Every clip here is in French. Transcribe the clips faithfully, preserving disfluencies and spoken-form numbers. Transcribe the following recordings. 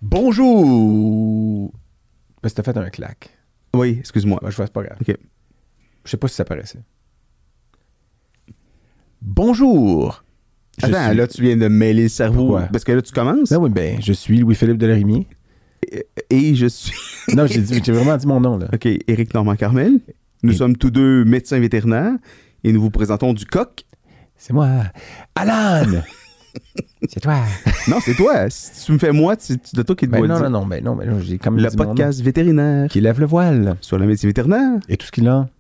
Bonjour! Parce que t'as fait un clac. Oui, excuse-moi. Ouais, je vois, c'est pas grave. OK. Je sais pas si ça paraissait. Bonjour! Je Attends, suis- là, tu viens de mêler le cerveau. Pourquoi? Parce que là, tu commences. Ben oui, ben, je suis Louis-Philippe Delarimier. Et, et je suis... Non, j'ai, dit, j'ai vraiment dit mon nom, là. OK, Éric Normand-Carmel. Nous Et- sommes tous deux médecins vétérinaires et nous vous présentons du coq. C'est moi. Alan! C'est toi. Non, c'est toi. Si tu me fais moi, c'est de toi qui te Ben dois non, le non, dire. non, ben non, ben non, j'ai quand même Le dit mon nom. podcast vétérinaire Qui lève le voile. sur la médecine vétérinaire. Et tout ce qu'il a.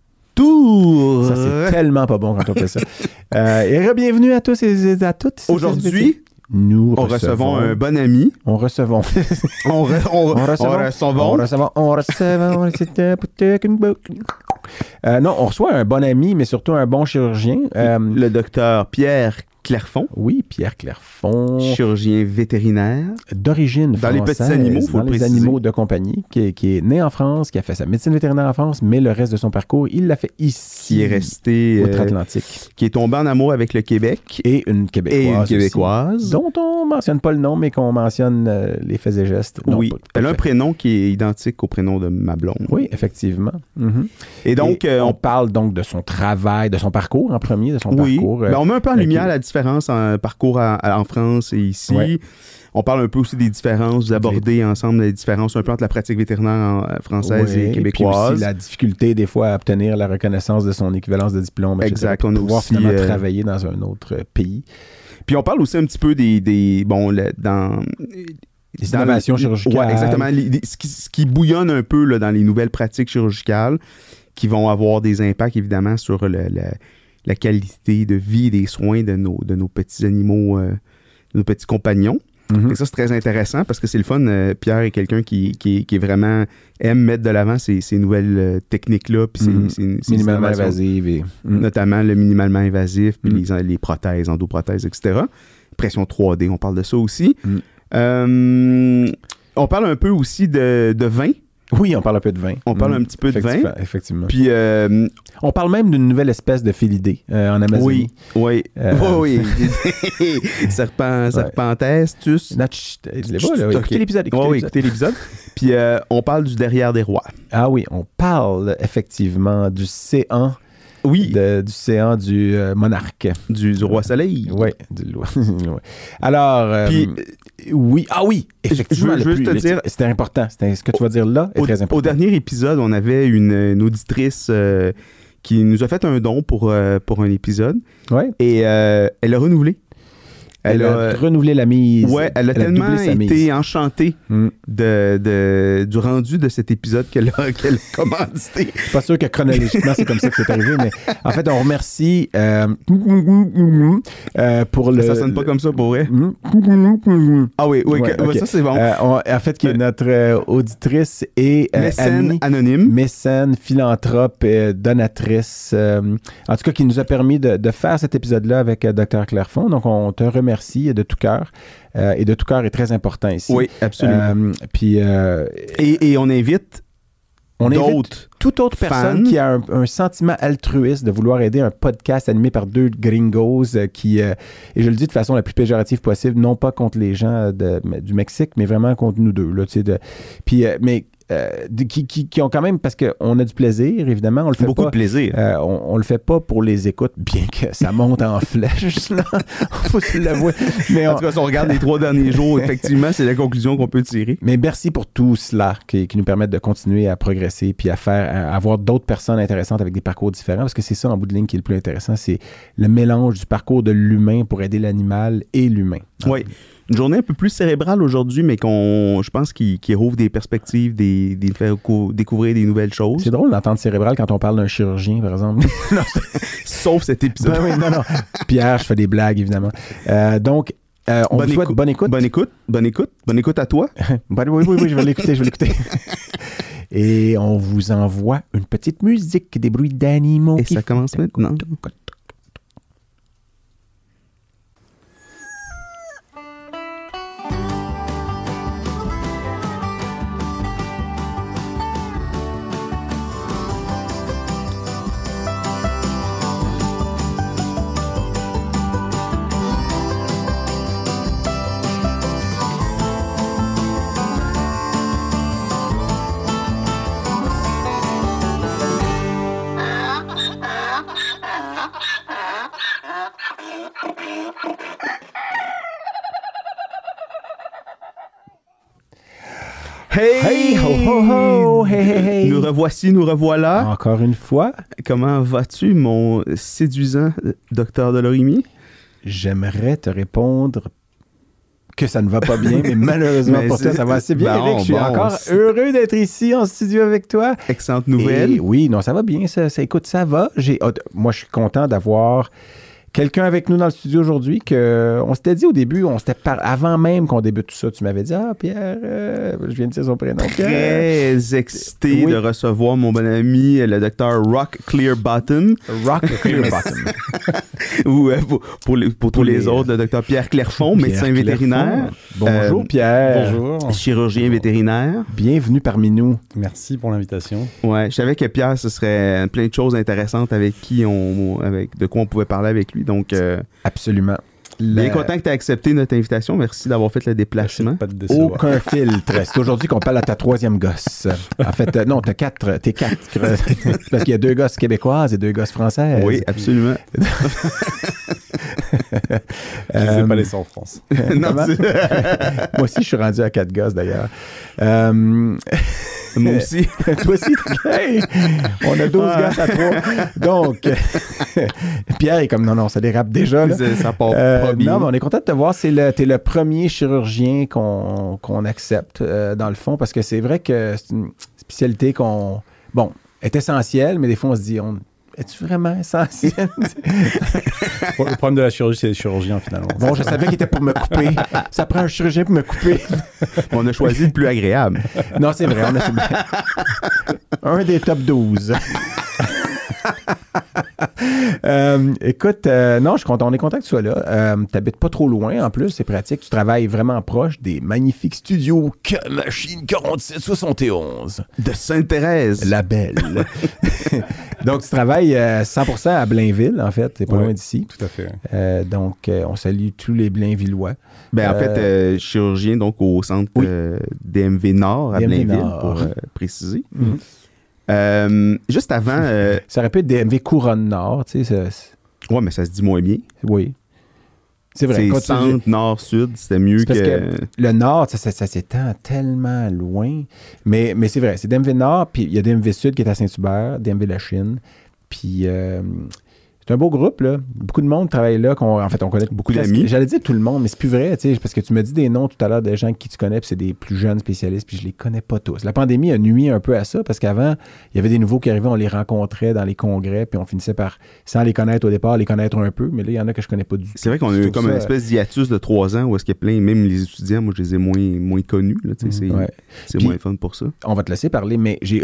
Tour! Ça, c'est tellement pas bon quand on fait ça. Euh, et bienvenue à tous et à toutes. Aujourd'hui, nous on recevons recevons un bon ami. On recevons. On, re- on, On recevons. on On recevons. recevons. On recevons. C'était peut-être une boucle. Euh, non, on reçoit un bon ami, mais surtout un bon chirurgien. Euh, Le docteur Pierre Clairfond, oui, Pierre Clairfond, chirurgien vétérinaire. d'origine Dans les française, petits animaux, faut dans le les préciser. animaux de compagnie, qui est, qui est né en France, qui a fait sa médecine vétérinaire en France, mais le reste de son parcours, il l'a fait ici, Qui est resté... euh, outre-Atlantique, qui est tombé en amour avec le Québec. et une québécoise, Et une aussi, Québécoise. dont on mentionne pas le nom, mais qu'on mentionne euh, les faits et gestes. Non, oui. pas- pas Elle a un fait. prénom qui est identique au prénom de ma blonde. Oui, effectivement. Mhm. Et donc, Et euh, on on... parle donc de son travail, de son parcours en premier, de son oui. parcours. euh, Ben, on met un peu en euh, lumière qui- la différence en parcours à- à- en France et ici. Ouais. On parle un peu aussi des différences, vous abordez ensemble les différences un peu entre la pratique vétérinaire en- euh, française Ouais, et puis québécoise. aussi la difficulté des fois à obtenir la reconnaissance de son équivalence de diplôme, et cetera, Exact, pour on a pouvoir aussi, finalement euh, travailler dans un autre euh, pays. Puis on parle aussi un petit peu des... des bon, le- dans... Les dans innovations le- chirurgicales. Ouais, exactement. Les- les- ce, qui, ce qui bouillonne un peu là, dans les nouvelles pratiques chirurgicales qui vont avoir des impacts, évidemment, sur le- le- la qualité de vie et des soins de nos, de nos petits animaux, euh, de nos petits compagnons. Mhm. Et ça, c'est très intéressant parce que c'est le fun. euh, Pierre est quelqu'un qui, qui, qui est vraiment aime mettre de l'avant ces, ces nouvelles euh, techniques-là. Puis ces- Mhm. ces- ces Minimalement innovations, invasive. Et... Mhm. notamment le minimalement invasif, puis Mm. les, les prothèses, endoprothèses, et cetera. Pression trois D, on parle de ça aussi. Mm. Euh, on parle un peu aussi de, de vin. Oui, on parle un peu de vin. On parle Mhm. un petit peu de vin. Effectivement, Effectivement. Puis, euh, On parle même d'une nouvelle espèce de félidé euh, en Amazonie. oui, oui, Euh, oui, oui. Serpent, serpentestus. Non, chut, je l'ai pas, là. Ok. Écoutez l'épisode. Écoutez Oui, oui, l'épisode. écoutez l'épisode. Puis, euh, on parle du derrière des rois. Ah oui, on parle effectivement du séant, Oui, de- du séant du euh, monarque. du, du roi soleil. Oui, du loi. Ouais. Alors, euh, Puis, oui, ah oui, effectivement, je veux le juste plus- te le- dire- c'était important. C'était, ce que tu vas dire là est Au, très important. au dernier épisode, on avait une, une auditrice euh, qui nous a fait un don pour, euh, pour un épisode Ouais. et euh, elle a renouvelé. Elle, a renouvelé la mise. ouais, elle a tellement doublé sa mise. été enchantée Hmm. de, de- du rendu de cet épisode qu'elle a, qu'elle a commandité. Je suis pas sûr que chronologiquement c'est comme ça que c'est arrivé, mais en fait, on remercie euh, euh, pour le. Ça sonne pas comme ça pour vrai. comme. Ah oui, oui, Ouais, que- ok. ça c'est bon. Euh, on- en fait, qui est Euh, notre euh, auditrice et euh, Mécène amie, anonyme. mécène, philanthrope, euh, donatrice. euh, en tout cas, qui nous a permis de, de faire cet épisode-là avec euh, docteur Clairfond. Donc, on te remercie de tout cœur. Euh, et de tout cœur est très important ici. Oui, absolument. Euh, puis, euh, et, et on invite on invite d'autres. toute autre personne fans. qui a un, un sentiment altruiste de vouloir aider un podcast animé par deux gringos euh, qui, euh, et je le dis de façon la plus péjorative possible, non pas contre les gens de- du Mexique, mais vraiment contre nous deux. Là, tu sais, de, puis, euh, mais euh, de- qui, qui, qui ont quand même, parce qu'on a du plaisir, évidemment, on le fait Beaucoup pas. de plaisir. Euh, on, on le fait pas pour les écoutes, bien que ça monte en flèche, là. Faut se l'avouer. Mais En on- tout cas, si on regarde les trois derniers jours, effectivement, c'est la conclusion qu'on peut tirer. Mais merci pour tout cela qui, qui nous permettent de continuer à progresser puis à faire à avoir d'autres personnes intéressantes avec des parcours différents parce que c'est ça en bout de ligne qui est le plus intéressant, c'est le mélange du parcours de l'humain pour aider l'animal et l'humain. Oui. Une journée un peu plus cérébrale aujourd'hui, mais qu'on, je pense qu'il qui rouvre des perspectives, des, des fait cou- découvrir des nouvelles choses. C'est drôle d'entendre cérébral quand on parle d'un chirurgien, par exemple. Non, Sauf cet épisode. ben oui, non, non. Pierre, je fais des blagues, évidemment. Euh, donc, euh, on Bonne vous souhaite écou- bonne écoute. Bonne écoute. Bonne écoute. Bonne écoute à toi. Bonne- oui, oui, oui, je vais l'écouter, je vais l'écouter. Et on vous envoie une petite musique, des bruits d'animaux. Et qui ça commence maintenant. Hey! Hey, ho, ho, ho! Hey, hey, hey! Nous revoici, nous revoilà. Encore une fois. Comment vas-tu, mon séduisant docteur Delorimier? J'aimerais te répondre que ça ne va pas bien, mais malheureusement mais pour toi, ça va assez bien, bon, Eric. Je suis bon, encore c'est... heureux d'être ici en studio avec toi. Excellente nouvelle. Et oui, non, ça va bien. Ça, ça, écoute, ça va. J'ai, oh, moi, je suis content d'avoir quelqu'un avec nous dans le studio aujourd'hui que on s'était dit au début, on s'était par... avant même qu'on débute tout ça, tu m'avais dit « Ah, Pierre, euh... je viens de dire son prénom. » Très excité oui. de recevoir mon bon ami, le docteur Rock Clearbottom. Rock Clearbottom. Ou euh, pour, pour, les, pour, pour tous les, les autres, le docteur Pierre Clairfond, Pierre médecin Clairfond. vétérinaire. Bonjour euh, Pierre. Bonjour. Chirurgien Bonjour. vétérinaire. Bienvenue parmi nous. Merci pour l'invitation. Ouais, je savais que Pierre, ce serait plein de choses intéressantes avec qui on, avec de quoi on pouvait parler avec lui. Donc, euh, absolument. Bien le... content que tu aies accepté notre invitation. Merci d'avoir fait le déplacement. Pas de Aucun filtre. C'est aujourd'hui qu'on parle à ta troisième gosse. En fait, euh, non, t'as quatre. T'es quatre. Parce qu'il y a deux gosses québécoises et deux gosses françaises. Oui, absolument. Je ne sais pas laisser en France. Non, moi aussi, je suis rendu à quatre gosses d'ailleurs. Euh... Moi aussi. Toi aussi, hey, on a douze ah. gosses à trois. Donc, Pierre est comme, non, non, ça dérape déjà. Là. Ça part euh, pas bien. Non, mais on est content de te voir. C'est le, t'es le premier chirurgien qu'on, qu'on accepte, euh, dans le fond, parce que c'est vrai que c'est une spécialité qu'on, bon, est essentielle, mais des fois, on se dit, on, es-tu vraiment essentiel? Le problème de la chirurgie, c'est les chirurgiens, finalement. Bon, je savais qu'il était pour me couper. Ça prend un chirurgien pour me couper. On a choisi le plus agréable. Non, c'est vrai. On a un des top douze. euh, écoute, euh, non, je suis content, on est content que tu sois là. Euh, tu n'habites pas trop loin en plus, c'est pratique. Tu travailles vraiment proche des magnifiques studios K-Machine quarante-sept soixante et onze de Sainte-Thérèse. La belle. Donc, tu travailles euh, cent pour cent à Blainville, en fait. C'est pas ouais, loin d'ici. Tout à fait. Euh, donc, euh, on salue tous les Blainvillois. Ben, en euh, fait, euh, chirurgien donc au centre oui. euh, D M V Nord à D M V Blainville, Nord. Pour euh, préciser. Mm-hmm. Euh, juste avant... Euh... Ça aurait pu être D M V Couronne Nord, tu sais. Ça... Ouais, mais ça se dit moins bien. Oui. C'est vrai. C'est centre, tu... nord, sud, c'était mieux que... que... Le nord, ça, ça, ça s'étend tellement loin. Mais, mais c'est vrai, c'est D M V Nord, puis il y a D M V Sud qui est à Saint-Hubert, D M V La Chine. Puis... Euh... C'est un beau groupe, là. Beaucoup de monde travaille là. En fait, on connaît beaucoup d'amis. J'allais dire tout le monde, mais c'est plus vrai, tu sais, parce que tu me dis des noms tout à l'heure de gens qui tu connais, puis c'est des plus jeunes spécialistes, puis je les connais pas tous. La pandémie a nuit un peu à ça, parce qu'avant, il y avait des nouveaux qui arrivaient, on les rencontrait dans les congrès, puis on finissait par, sans les connaître au départ, les connaître un peu, mais là, il y en a que je connais pas du tout. C'est vrai qu'on a eu comme ça, une espèce d'hiatus de trois ans où est-ce qu'il y a plein, même les étudiants, moi, je les ai moins, moins connus, là, tu sais, c'est, ouais. c'est puis, moins fun pour ça. On va te laisser parler, mais j'ai...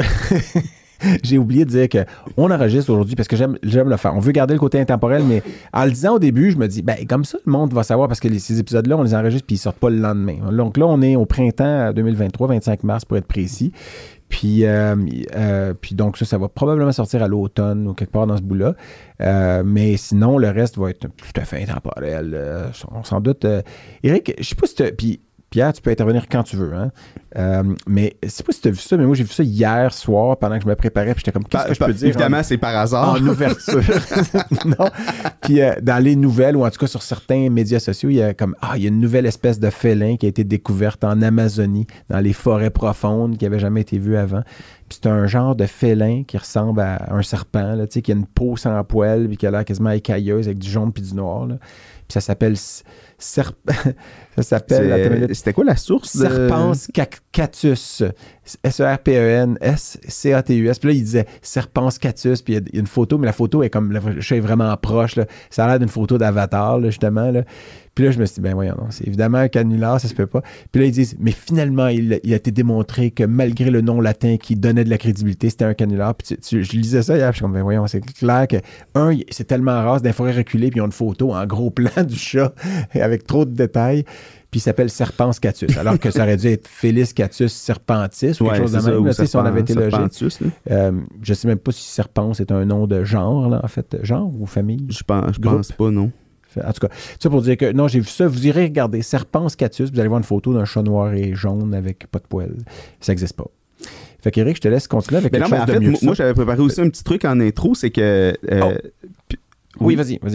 J'ai oublié de dire qu'on enregistre aujourd'hui parce que j'aime, j'aime le faire. On veut garder le côté intemporel, mais en le disant au début, je me dis, ben comme ça, le monde va savoir parce que les, ces épisodes-là, on les enregistre puis ils sortent pas le lendemain. Donc là, on est au printemps deux mille vingt-trois, vingt-cinq mars pour être précis. Puis, euh, euh, puis donc ça, ça va probablement sortir à l'automne ou quelque part dans ce bout-là. Euh, mais sinon, le reste va être tout à fait intemporel. Euh, on s'en doute. Euh, Éric, je sais pas si tu... Puis, Pierre, tu peux intervenir quand tu veux, hein? Euh, mais je sais pas si tu as vu ça, mais moi j'ai vu ça hier soir pendant que je me préparais, puis j'étais comme, qu'est-ce par, que je par, peux dire? Évidemment, en, c'est par hasard. En ouverture. Non. Puis euh, dans les nouvelles, ou en tout cas sur certains médias sociaux, il y a comme, ah, il y a une nouvelle espèce de félin qui a été découverte en Amazonie, dans les forêts profondes, qui n'avait jamais été vue avant. Puis c'est un genre de félin qui ressemble à un serpent, là, tu sais, qui a une peau sans poil, puis qui a l'air quasiment écailleuse avec du jaune puis du noir, là. Puis ça s'appelle serp... ça s'appelle... C'était quoi la source? De... Serpens catus. S E R P E N S C A T U S. Puis là, il disait Serpens catus. Puis il y a une photo, mais la photo est comme... Le chat est vraiment proche, là. Ça a l'air d'une photo d'Avatar, là, justement, là. Puis là, je me suis dit, ben voyons, non, c'est évidemment un canular, ça se peut pas. Puis là, ils disent, mais finalement, il, il a été démontré que malgré le nom latin qui donnait de la crédibilité, c'était un canular. Puis tu, tu, je lisais ça hier, puis je suis comme, ben voyons, c'est clair que, un, c'est tellement rare, c'est dans les forêts reculées, puis ils ont une photo en gros plan du chat, avec trop de détails. Puis il s'appelle Serpens catus, alors que ça aurait dû être Felis catus serpentis ou quelque ouais, chose de ça, même. Là, serpent, si on avait été logique. Euh, je sais même pas si Serpens est un nom de genre, là, en fait, genre ou famille. Je pense, je pense pas, non. En tout cas, ça pour dire que, non, j'ai vu ça, vous irez regarder Serpens catus, vous allez voir une photo d'un chat noir et jaune avec pas de poils. Ça n'existe pas. Fait qu'Éric, je te laisse continuer avec mais quelque non, chose mais en de fait, mieux moi, moi, j'avais préparé aussi un petit truc en intro, c'est que... Euh, oh. p- oui, oui, vas-y, vas-y. vas-y.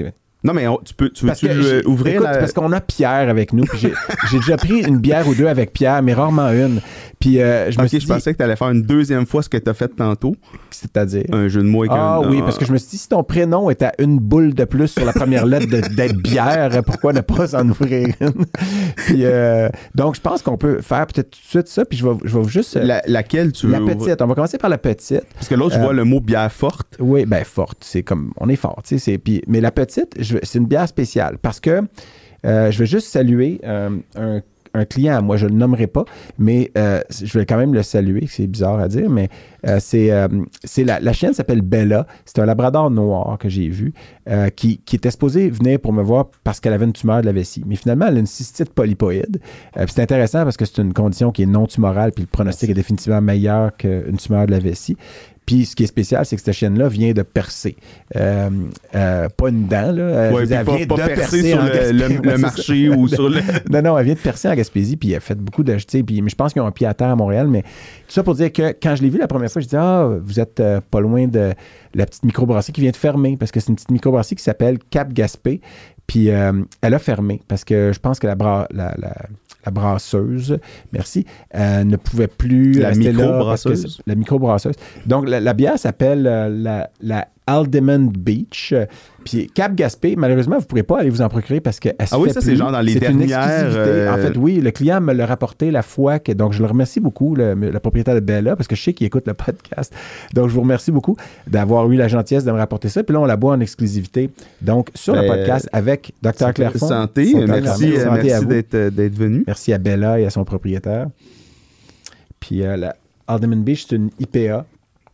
Non, mais on, tu peux, tu veux-tu que ouvrir écoute, la... parce qu'on a Pierre avec nous. Puis j'ai, j'ai déjà pris une bière ou deux avec Pierre, mais rarement une. Puis euh, je me Ok, suis je dit... pensais que tu allais faire une deuxième fois ce que tu as fait tantôt. C'est-à-dire? Un jeu de mots avec Ah un... oui, parce que je me suis dit, si ton prénom est à une boule de plus sur la première lettre de, d'être bière, pourquoi ne pas en ouvrir une? Puis, euh, donc, je pense qu'on peut faire peut-être tout de suite ça, puis je vais, je vais juste... La, laquelle tu veux? La petite. On va commencer par la petite. Parce que l'autre, je Euh, vois le mot bière forte. Oui, ben forte. C'est comme... On est fort, tu sais. C'est, puis, mais la petite, je, c'est une bière spéciale parce que euh, je vais juste saluer euh, un un client, moi je ne le nommerai pas, mais euh, je vais quand même le saluer, c'est bizarre à dire, mais euh, c'est, euh, c'est la, la chienne s'appelle Bella, c'est un labrador noir que j'ai vu, euh, qui, qui était supposé venir pour me voir parce qu'elle avait une tumeur de la vessie. Mais finalement, elle a une cystite polypoïde. Euh, c'est intéressant parce que c'est une condition qui est non tumorale, puis le pronostic est définitivement meilleur qu'une tumeur de la vessie. Puis ce qui est spécial, c'est que cette chienne-là vient de percer. Euh, euh, pas une dent, là. Ouais, Dire, elle pas, vient pas de percer, percer sur en le, Gaspésie. le, le Ouais, marché ou sur le... Non, non, elle vient de percer en Gaspésie, puis elle a fait beaucoup de... Puis, mais je pense qu'ils ont un pied à terre à Montréal, mais tout ça pour dire que quand je l'ai vu la première fois, je dis ah, vous êtes euh, pas loin de la petite microbrasserie qui vient de fermer, parce que c'est une petite microbrasserie qui s'appelle Cap Gaspé, puis euh, elle a fermé, parce que je pense que la, bra... la, la la brasseuse, merci, euh, ne pouvait plus la rester là. microbrasseuse. La microbrasseuse. Donc, la, la bière s'appelle euh, la, la Alderman Beach. Puis Cap Gaspé, malheureusement, vous ne pourrez pas aller vous en procurer parce qu'elle se Ah oui, fait ça, plus. c'est genre dans les c'est dernières... Une exclusivité. Euh... En fait, oui, le client me l'a rapporté la fois que... Donc, je le remercie beaucoup, le, le propriétaire de Bella, parce que je sais qu'il écoute le podcast. Donc, je vous remercie beaucoup d'avoir eu la gentillesse de me rapporter ça. Puis là, on la boit en exclusivité. Donc, sur ben, le podcast avec Docteur Clairfond. Santé, Santé merci, euh, santé merci d'être, d'être venu. Merci à Bella et à son propriétaire. Puis euh, la Alderman Beach, c'est une I P A.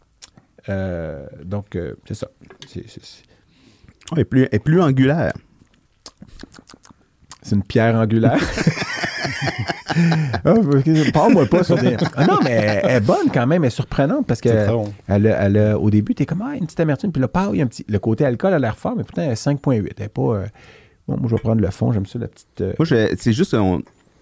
Euh, donc, euh, c'est ça. C'est, c'est, c'est... Oh, elle, est plus, elle est plus angulaire. C'est une pierre angulaire. oh, parle-moi pas sur des... Ah non, mais elle, elle est bonne quand même, elle est surprenante parce que bon. elle, a, elle a, au début, t'es comme ah, une petite amertume, puis là, pas, il y a un petit... le côté alcool a l'air fort, mais pourtant, elle est cinq virgule huit. Elle est pas... Euh... Bon, moi, je vais prendre le fond, j'aime ça, la petite... Euh... Moi, je, c'est juste... On...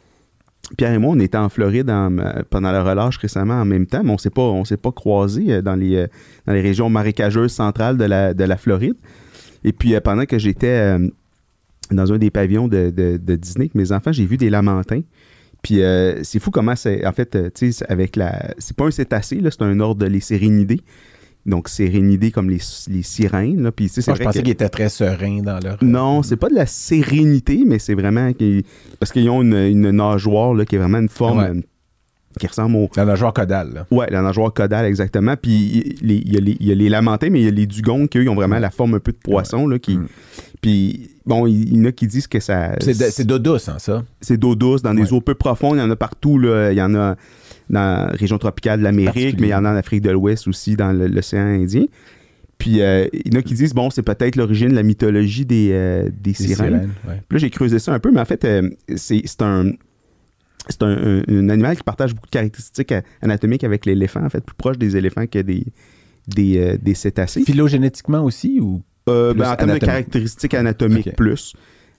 Pierre et moi, on était en Floride en, pendant le relâche récemment en même temps, mais on ne s'est pas, on s'est pas croisés dans les, dans les régions marécageuses centrales de la, de la Floride. Et puis, pendant que j'étais euh, dans un des pavillons de, de, de Disney avec mes enfants, j'ai vu des lamantins. Puis, euh, c'est fou comment c'est... En fait, tu sais, avec la... C'est pas un cétacé, là, c'est un ordre de les sérénidés. Donc, sérénidés comme les, les sirènes. Là. Puis, c'est Moi, vrai je pensais que... qu'ils étaient très sereins dans leur... Non, c'est pas de la sérénité, mais c'est vraiment... Qu'ils... Parce qu'ils ont une, une nageoire là, qui est vraiment une forme... Ouais. Euh, qui ressemble au... La nageoire caudale. Là. Ouais, la nageoire caudale, exactement. Puis, il y, y, y a les lamantins, mais il y a les dugongs qui, eux, ils ont vraiment la forme un peu de poisson. Là, qui... Mm. Puis, bon, il y, y en a qui disent que ça... C'est, de, c'est d'eau douce, hein, ça? C'est d'eau douce, dans des ouais. eaux peu profondes. Il y en a partout, là. Il y en a dans la région tropicale de l'Amérique, mais il y en a en Afrique de l'Ouest aussi, dans le, l'océan Indien. Puis, euh, il y en a qui disent, bon, c'est peut-être l'origine de la mythologie des, euh, des, des sirènes. sirènes ouais. Puis là, j'ai creusé ça un peu, mais en fait, euh, c'est, c'est un... C'est un, un, un animal qui partage beaucoup de caractéristiques anatomiques avec l'éléphant, en fait, plus proche des éléphants que des, des, euh, des cétacés. Phylogénétiquement aussi, ou euh, ben, en termes de caractéristiques anatomiques, okay. plus.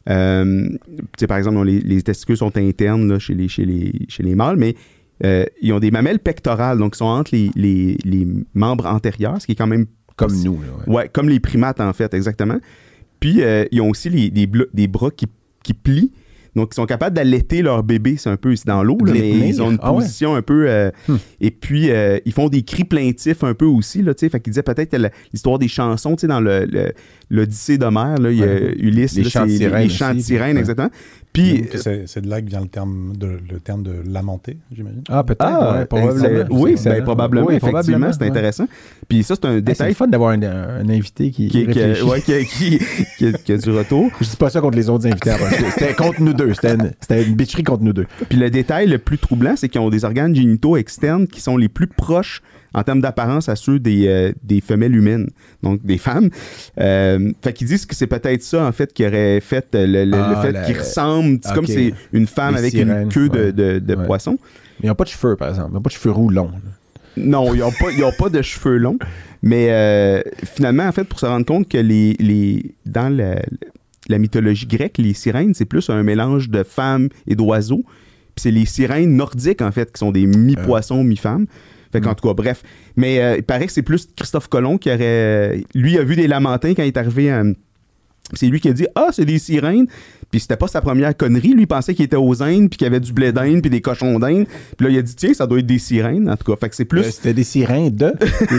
Euh, par exemple, les, les testicules sont internes là, chez, les, chez, les, chez les mâles, mais euh, ils ont des mamelles pectorales, donc ils sont entre les, les, les membres antérieurs, ce qui est quand même... Comme possible. Nous. Là, ouais. ouais, comme les primates, en fait, exactement. Puis, euh, ils ont aussi les, les, des bras qui, qui plient. Donc, ils sont capables d'allaiter leur bébé, c'est un peu dans l'eau, là, mais ils ont une ah position ouais. un peu... Euh, hmm. Et puis, euh, ils font des cris plaintifs un peu aussi, là, tu sais. Fait qu'ils disaient peut-être que la, l'histoire des chansons, tu sais, dans le, le, l'Odyssée d'Homère, là, il y a ouais. Ulysse, les là, chants de sirène. Les chants de sirène, ouais. exactement. Puis, c'est, c'est de là que vient le terme de, le terme de lamenter, j'imagine. Ah, peut-être. Ah, ouais, probablement. Oui, ben, probablement, oui, effectivement, probablement, c'est ouais. intéressant. Puis ça, c'est un détail. C'est le fun d'avoir un, un invité qui, qui, qui, réfléchit. Ouais, qui, qui, qui, qui a du retour. Je dis pas ça contre les autres invités. C'était contre nous deux. C'était une, c'était une bitcherie contre nous deux. Puis le détail le plus troublant, c'est qu'ils ont des organes génitaux externes qui sont les plus proches en termes d'apparence à ceux des, euh, des femelles humaines, donc des femmes. Euh, fait qu'ils disent que c'est peut-être ça, en fait, qui aurait fait le, le, ah, le fait la, qu'ils ressemblent. C'est okay. Comme c'est une femme les avec sirènes, une queue ouais. de, de, de ouais. poisson. Mais ils n'ont pas de cheveux, par exemple. Ils n'ont pas de cheveux roux longs. Non, ils n'ont pas, ils ont pas de cheveux longs. Mais euh, finalement, en fait, pour se rendre compte que les, les, dans la, la mythologie grecque, les sirènes, c'est plus un mélange de femmes et d'oiseaux. Puis c'est les sirènes nordiques, en fait, qui sont des mi-poissons, euh. mi-femmes. Fait qu'en mmh. tout cas, bref. Mais euh, il paraît que c'est plus Christophe Colomb qui aurait... Lui a vu des lamantins quand il est arrivé euh, C'est lui qui a dit « Ah, c'est des sirènes ». Puis c'était pas sa première connerie. Lui, il pensait qu'il était aux Indes, puis qu'il y avait du blé d'Inde, puis des cochons d'Inde. Puis là, il a dit « Tiens, ça doit être des sirènes. » En tout cas, fait que c'est plus... Euh, c'était des sirènes de...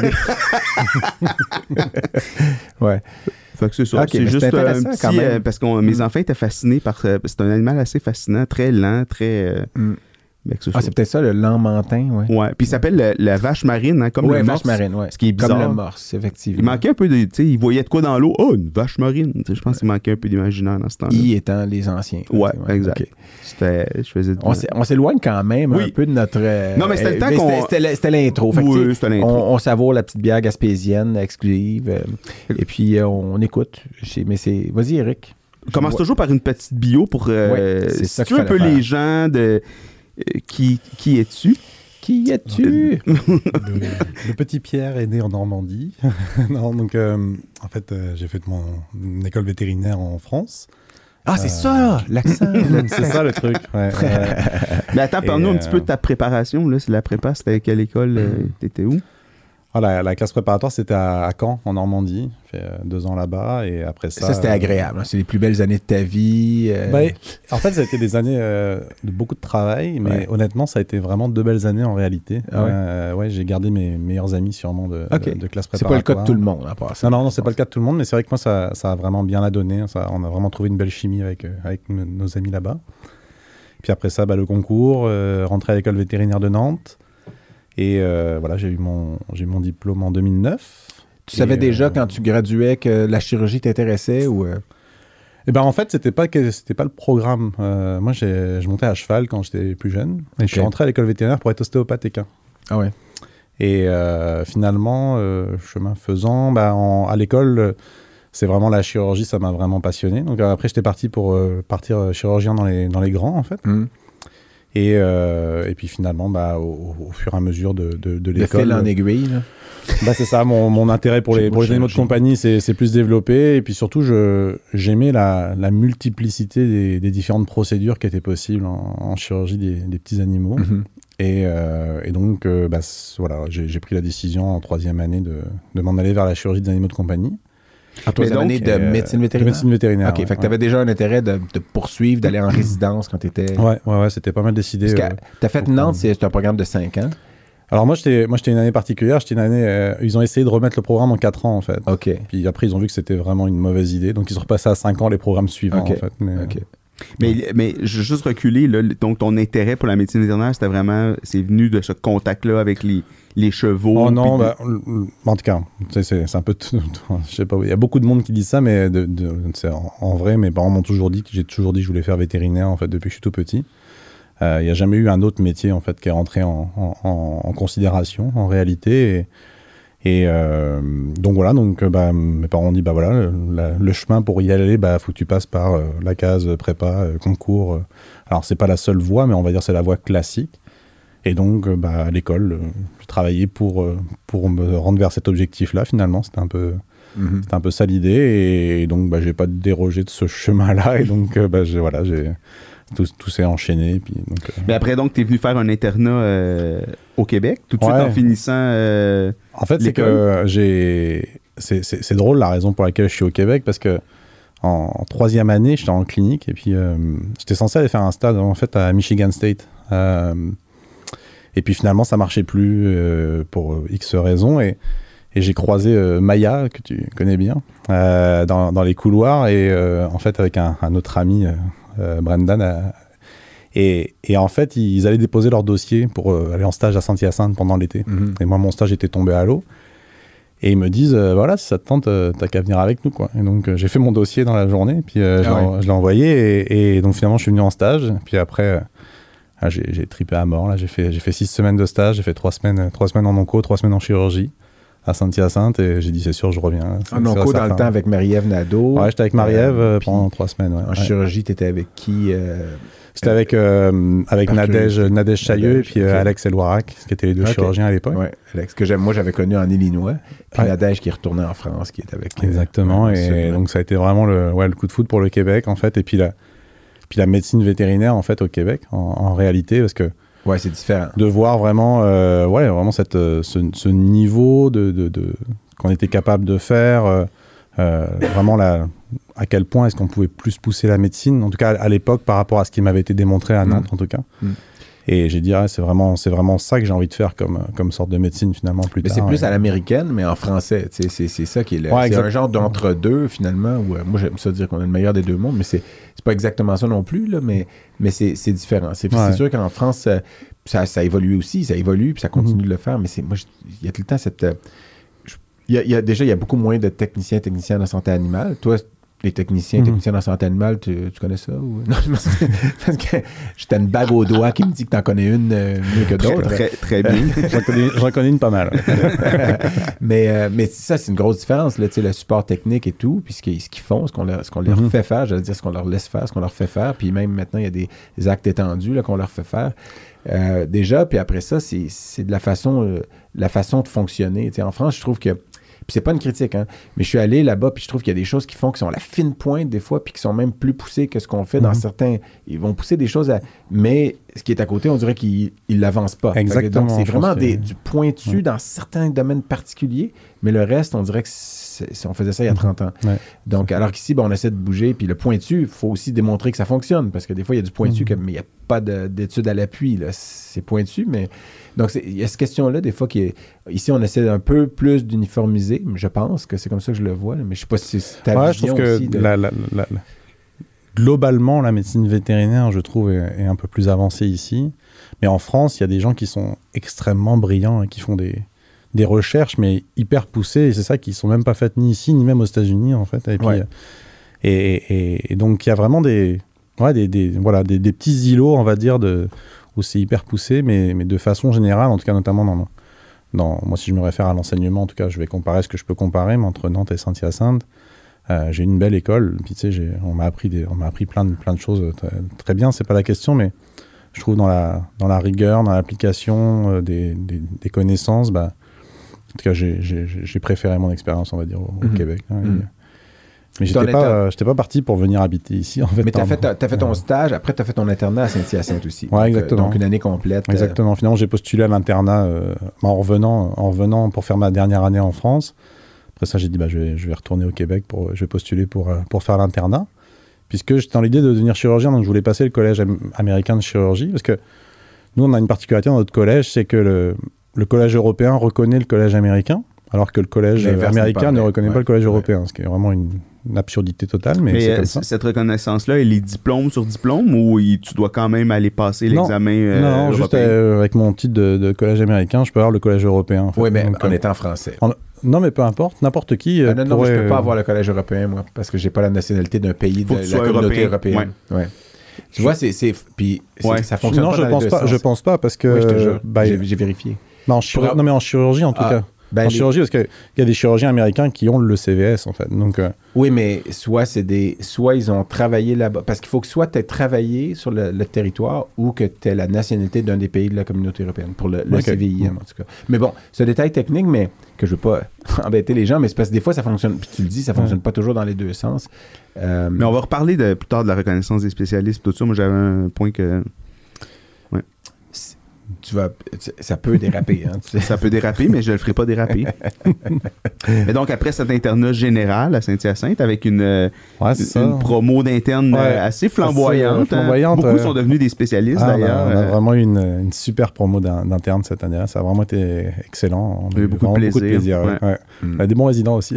ouais. Fait que c'est ça. Okay, c'est juste c'est un petit... quand même. Euh, parce que mm. mes enfants étaient fascinés par... Euh, c'est un animal assez fascinant, très lent, très... Euh, mm. c'est ah, c'est peut-être ça, le lammentin, ouais. Ouais, puis il s'appelle la, la vache marine, hein, comme ouais, le vache morse. marine, ouais. Ce qui est bizarre. Comme le morse, effectivement. Il manquait un peu de... Tu sais, il voyait de quoi dans l'eau. Oh, une vache marine. T'sais, je pense ouais. qu'il manquait un peu d'imaginaire dans ce temps-là. I étant les anciens. Ouais, ouais, exact. Okay. C'était... Je faisais... On, s'é- on s'éloigne quand même oui. un peu de notre... Euh, non, mais c'était le temps mais qu'on... C'était, c'était l'intro. Fait oui, que, c'était l'intro. On, on savoure la petite bière gaspésienne exclusive. Euh, et puis, euh, on écoute. Mais c'est... Vas-y, Eric. Commence toujours par une petite bio pour euh, ouais, situer un peu faire. les gens de... Euh, qui, qui es-tu? Qui es-tu? le, le petit Pierre est né en Normandie. non, donc, euh, en fait, euh, j'ai fait mon une école vétérinaire en France. Ah, c'est euh, ça, l'accent. c'est ça le truc. Ouais, euh, Mais attends, parle-nous un petit peu de ta préparation. Là. C'est la prépa, c'était à quelle école? Euh, t'étais où? Ah, la, la classe préparatoire, c'était à, à Caen, en Normandie. J'ai fait euh, deux ans là-bas et après ça... Ça, c'était agréable. Hein? C'est les plus belles années de ta vie. Euh... Ben, en fait, ça a été des années euh, de beaucoup de travail, mais ouais. honnêtement, ça a été vraiment deux belles années en réalité. Ah ouais? Euh, ouais, j'ai gardé mes meilleurs amis sûrement de, okay. de, de classe préparatoire. C'est pas le cas de tout le monde, à part ça. Non, non, non c'est pas le cas de tout le monde, mais c'est vrai que moi, ça, ça a vraiment bien la donné. Ça, on a vraiment trouvé une belle chimie avec, euh, avec nos, nos amis là-bas. Puis après ça, bah, le concours, euh, rentrer à l'école vétérinaire de Nantes. Et euh, voilà, j'ai eu mon, j'ai eu mon diplôme en deux mille neuf. Tu savais euh, déjà quand tu graduais que la chirurgie t'intéressait ou euh... Eh ben en fait, c'était pas que c'était pas le programme. Euh, moi, j'ai, je montais à cheval quand j'étais plus jeune. Et okay. je suis rentré à l'école vétérinaire pour être ostéopathe équin. Ah ouais. Et euh, finalement, euh, chemin faisant, bah, en, à l'école, c'est vraiment la chirurgie, ça m'a vraiment passionné. Donc après, j'étais parti pour euh, partir chirurgien dans les dans les grands en fait. Mmh. Et, euh, et puis finalement, bah, au, au fur et à mesure de, de, de l'école... Le fil en aiguille, là. Bah, c'est ça, mon, mon intérêt pour les, pour les animaux de compagnie c'est, c'est plus développé. Et puis surtout, je, j'aimais la, la multiplicité des, des différentes procédures qui étaient possibles en, en chirurgie des, des petits animaux. Mm-hmm. Et, euh, et donc, euh, bah, voilà, j'ai, j'ai pris la décision en troisième année de, de m'en aller vers la chirurgie des animaux de compagnie. En troisième année de euh, médecine vétérinaire? De médecine vétérinaire, OK, ouais, fait que tu avais ouais. déjà un intérêt de, de poursuivre, d'aller en résidence quand tu étais... Ouais, ouais, ouais, c'était pas mal décidé. Parce que euh, tu as fait Nantes, c'est, c'est un programme de cinq ans. Alors moi, j'étais, moi, j'étais une année particulière. J'étais une année, euh, ils ont essayé de remettre le programme en quatre ans, en fait. OK. Puis après, ils ont vu que c'était vraiment une mauvaise idée. Donc, ils sont repassés à cinq ans les programmes suivants, okay. en fait. Mais, OK. Mais, mais je vais juste reculer, là, donc ton intérêt pour la médecine vétérinaire, c'était vraiment, c'est venu de ce contact-là avec les, les chevaux. Oh non, de... bah, en tout cas, c'est, c'est, c'est un peu, tout, je sais pas, il y a beaucoup de monde qui dit ça, mais de, de, c'est en, en vrai, mes parents m'ont toujours dit que j'ai toujours dit que je voulais faire vétérinaire, en fait, depuis que je suis tout petit. Il euh, n'y a jamais eu un autre métier, en fait, qui est rentré en, en, en considération, en réalité, et, Et euh, donc voilà, donc bah, mes parents ont dit bah voilà, le, la, le chemin pour y aller, bah faut que tu passes par euh, la case prépa, euh, concours. Euh. Alors c'est pas la seule voie, mais on va dire c'est la voie classique. Et donc euh, bah à l'école, euh, j'ai travaillé pour euh, pour me rendre vers cet objectif-là. Finalement, c'était un peu mm-hmm. c'était un peu ça l'idée. Et, et donc bah j'ai pas dérogé de ce chemin-là. Et donc euh, bah j'ai voilà j'ai Tout, tout s'est enchaîné. Puis, donc, euh... Mais après, donc, tu es venu faire un internat euh, au Québec, tout de ouais. suite en finissant euh, En fait, l'école. c'est que j'ai... C'est, c'est, c'est drôle la raison pour laquelle je suis au Québec, parce que en, en troisième année, j'étais en clinique, et puis euh, j'étais censé aller faire un stage en fait, à Michigan State. Euh, et puis finalement, ça marchait plus euh, pour X raisons, et, et j'ai croisé euh, Maya, que tu connais bien, euh, dans, dans les couloirs, et euh, en fait, avec un, un autre ami... Euh, Euh, Brendan a... et, et en fait ils allaient déposer leur dossier pour euh, aller en stage à Saint-Hyacinthe pendant l'été. Mm-hmm. Et moi mon stage était tombé à l'eau et ils me disent euh, voilà, si ça te tente euh, t'as qu'à venir avec nous quoi. Et donc euh, j'ai fait mon dossier dans la journée puis euh, je, ah l'ai, ouais. je l'ai envoyé et, et donc finalement je suis venu en stage puis après euh, ah, j'ai, j'ai tripé à mort là. J'ai fait, j'ai fait six semaines de stage, j'ai fait trois semaines, trois semaines en onco, trois semaines en chirurgie à Saint-Hyacinthe et j'ai dit c'est sûr je reviens. En onco dans le temps avec Marie-Ève Nadeau. Ouais, j'étais avec Marie-Ève euh, pendant trois semaines. Ouais. En ouais. chirurgie, t'étais avec qui euh, C'était avec, euh, avec Nadège, Nadège Chailleux et puis euh, okay. Alex Elwarak, qui étaient les deux okay. chirurgiens à l'époque. Ouais, Alex, que j'aime, moi j'avais connu en Illinois, puis ouais. Nadège qui est retourné en France, qui est avec... Exactement, euh, et sud, donc ça a été vraiment le, ouais, le coup de foudre pour le Québec en fait, et puis la, puis la médecine vétérinaire en fait au Québec, en, en réalité, parce que ouais, c'est différent. De voir vraiment, euh, ouais, vraiment cette, ce, ce niveau de, de, de, qu'on était capable de faire, euh, euh, vraiment la, à quel point est-ce qu'on pouvait plus pousser la médecine, en tout cas à l'époque par rapport à ce qui m'avait été démontré à Nantes mmh. en tout cas. Mmh. Et j'ai dit, ah, c'est vraiment, c'est vraiment ça que j'ai envie de faire comme, comme sorte de médecine finalement plus mais tard. C'est plus et... à l'américaine, mais en français. C'est, c'est ça qui est là. Ouais, c'est un genre d'entre-deux finalement. Où, euh, moi, j'aime ça dire qu'on a le meilleur des deux mondes, mais c'est, c'est pas exactement ça non plus, là, mais, mais c'est, c'est différent. C'est, ouais. c'est sûr qu'en France, euh, ça, ça évolue aussi, ça évolue, puis ça continue mm-hmm. de le faire, mais c'est, moi, il y a tout le temps cette... Euh, il y a, y a, déjà, il y a beaucoup moins de techniciens techniciens en santé animale. Toi, les techniciens, mmh. techniciens en santé animale, tu, tu connais ça? Ou... Non, parce que j'ai une bague au doigt qui me dit que tu en connais une euh, mieux que d'autres. Très, très bien. j'en, connais, j'en connais une pas mal. mais, euh, mais ça, c'est une grosse différence, là, le support technique et tout, puis ce qu'ils, ce qu'ils font, ce qu'on leur, ce qu'on leur mmh. fait faire, j'allais dire ce qu'on leur laisse faire, ce qu'on leur fait faire, puis même maintenant, il y a des, des actes étendus là, qu'on leur fait faire. Euh, déjà, puis après ça, c'est, c'est de la façon, euh, la façon de fonctionner. T'sais, en France, je trouve que puis c'est pas une critique, hein, mais je suis allé là-bas, puis je trouve qu'il y a des choses qui font qui sont à la fine pointe des fois, puis qui sont même plus poussées que ce qu'on fait mm-hmm. dans certains... Ils vont pousser des choses, à, mais ce qui est à côté, on dirait qu'ils ne l'avancent pas. Exactement. Donc, c'est vraiment des, que... du pointu ouais. dans certains domaines particuliers, mais le reste, on dirait que c'est, on faisait ça il y a trente ans. Ouais. Donc, alors qu'ici, ben, on essaie de bouger, puis le pointu, il faut aussi démontrer que ça fonctionne, parce que des fois, il y a du pointu, mm-hmm. que, mais il n'y a pas de, d'études à l'appui. Là. C'est pointu, mais... Donc, il y a cette question-là, des fois, qui est... Ici, on essaie un peu plus d'uniformiser, je pense que c'est comme ça que je le vois, là, mais je ne sais pas si c'est ta ouais, vision je trouve aussi. Que de... la, la, la, la... Globalement, la médecine vétérinaire, je trouve, est, est un peu plus avancée ici. Mais en France, il y a des gens qui sont extrêmement brillants et qui font des, des recherches, mais hyper poussées, et c'est ça, qui ne sont même pas faites ni ici, ni même aux États-Unis, en fait. Et, puis, ouais. et, et, et donc, il y a vraiment des, ouais, des, des, voilà, des, des petits îlots, on va dire, de... où c'est hyper poussé, mais, mais de façon générale, en tout cas notamment dans, dans... Moi, si je me réfère à l'enseignement, en tout cas, je vais comparer ce que je peux comparer, mais entre Nantes et Saint-Hyacinthe, euh, j'ai une belle école, puis tu sais, j'ai, on m'a appris, des, on m'a appris plein, de, plein de choses très, très bien, c'est pas la question, mais je trouve dans la, dans la rigueur, dans l'application euh, des, des, des connaissances, bah, en tout cas, j'ai, j'ai, j'ai préféré mon expérience, on va dire, au, au mmh. Québec. Hein, mmh. et, Mais j'étais pas, euh, j'étais pas parti pour venir habiter ici, en fait. Mais tu as fait, t'as fait ton stage, après tu as fait ton internat à Saint-Hyacinthe aussi. Ouais, donc, exactement. Donc une année complète. Exactement. Euh... Finalement, j'ai postulé à l'internat euh, en, revenant, en revenant pour faire ma dernière année en France. Après ça, j'ai dit, bah, je, vais, je vais retourner au Québec, pour, je vais postuler pour, pour faire l'internat. Puisque j'étais dans l'idée de devenir chirurgien, donc je voulais passer le collège am- américain de chirurgie. Parce que nous, on a une particularité dans notre collège, c'est que le, le collège européen reconnaît le collège américain, alors que le collège américain ne reconnaît ouais. pas le collège ouais. européen, ce qui est vraiment une... une absurdité totale, mais, mais c'est comme ça. Cette reconnaissance-là, elle est diplôme sur diplôme ou il, tu dois quand même aller passer non, l'examen euh, Non, non juste euh, avec mon titre de, de collège américain, je peux avoir le collège européen. En fait. Oui, mais donc, en euh, étant français. En, non, mais peu importe, n'importe qui. Ah, non, non, pourrait, je ne peux pas avoir le collège européen, moi, parce que je n'ai pas la nationalité d'un pays de la communauté européenne. Ouais. Ouais. Tu vois, c'est, c'est, puis ouais. ça fonctionne non, pas je dans pense les deux pas, sens. je pense pas, parce que... Oui, je te jure, bah, j'ai, j'ai vérifié. Non, en chirurgie, non, mais en chirurgie, en tout ah. cas. Ben, en les... chirurgie, parce qu'il y a des chirurgiens américains qui ont le C V S, en fait. Donc, euh... oui, mais soit, c'est des, soit ils ont travaillé là-bas. Parce qu'il faut que soit tu aies travaillé sur le, le territoire ou que tu aies la nationalité d'un des pays de la communauté européenne, pour le, le okay. C V I M, en tout cas. Mais bon, c'est un détail technique, mais que je ne veux pas embêter les gens, mais c'est parce que des fois, ça fonctionne, puis tu le dis, ça ne fonctionne ouais. pas toujours dans les deux sens. Euh... Mais on va reparler de, plus tard de la reconnaissance des spécialistes, tout ça. Moi, j'avais un point que... Ouais. Tu vas, ça peut déraper. Hein, tu sais. Ça peut déraper, mais je ne le ferai pas déraper. Mais donc, après cet internat général à Saint-Hyacinthe, avec une, ouais, une, une promo d'interne ouais. assez flamboyante. Assez, euh, flamboyante hein. Beaucoup euh... sont devenus des spécialistes, ah, d'ailleurs. On a, on a vraiment eu une, une super promo d'interne cette année-là. Ça a vraiment été excellent. On a eu beaucoup de plaisir. Beaucoup de plaisir ouais. Ouais. Mm. On a des bons résidents aussi.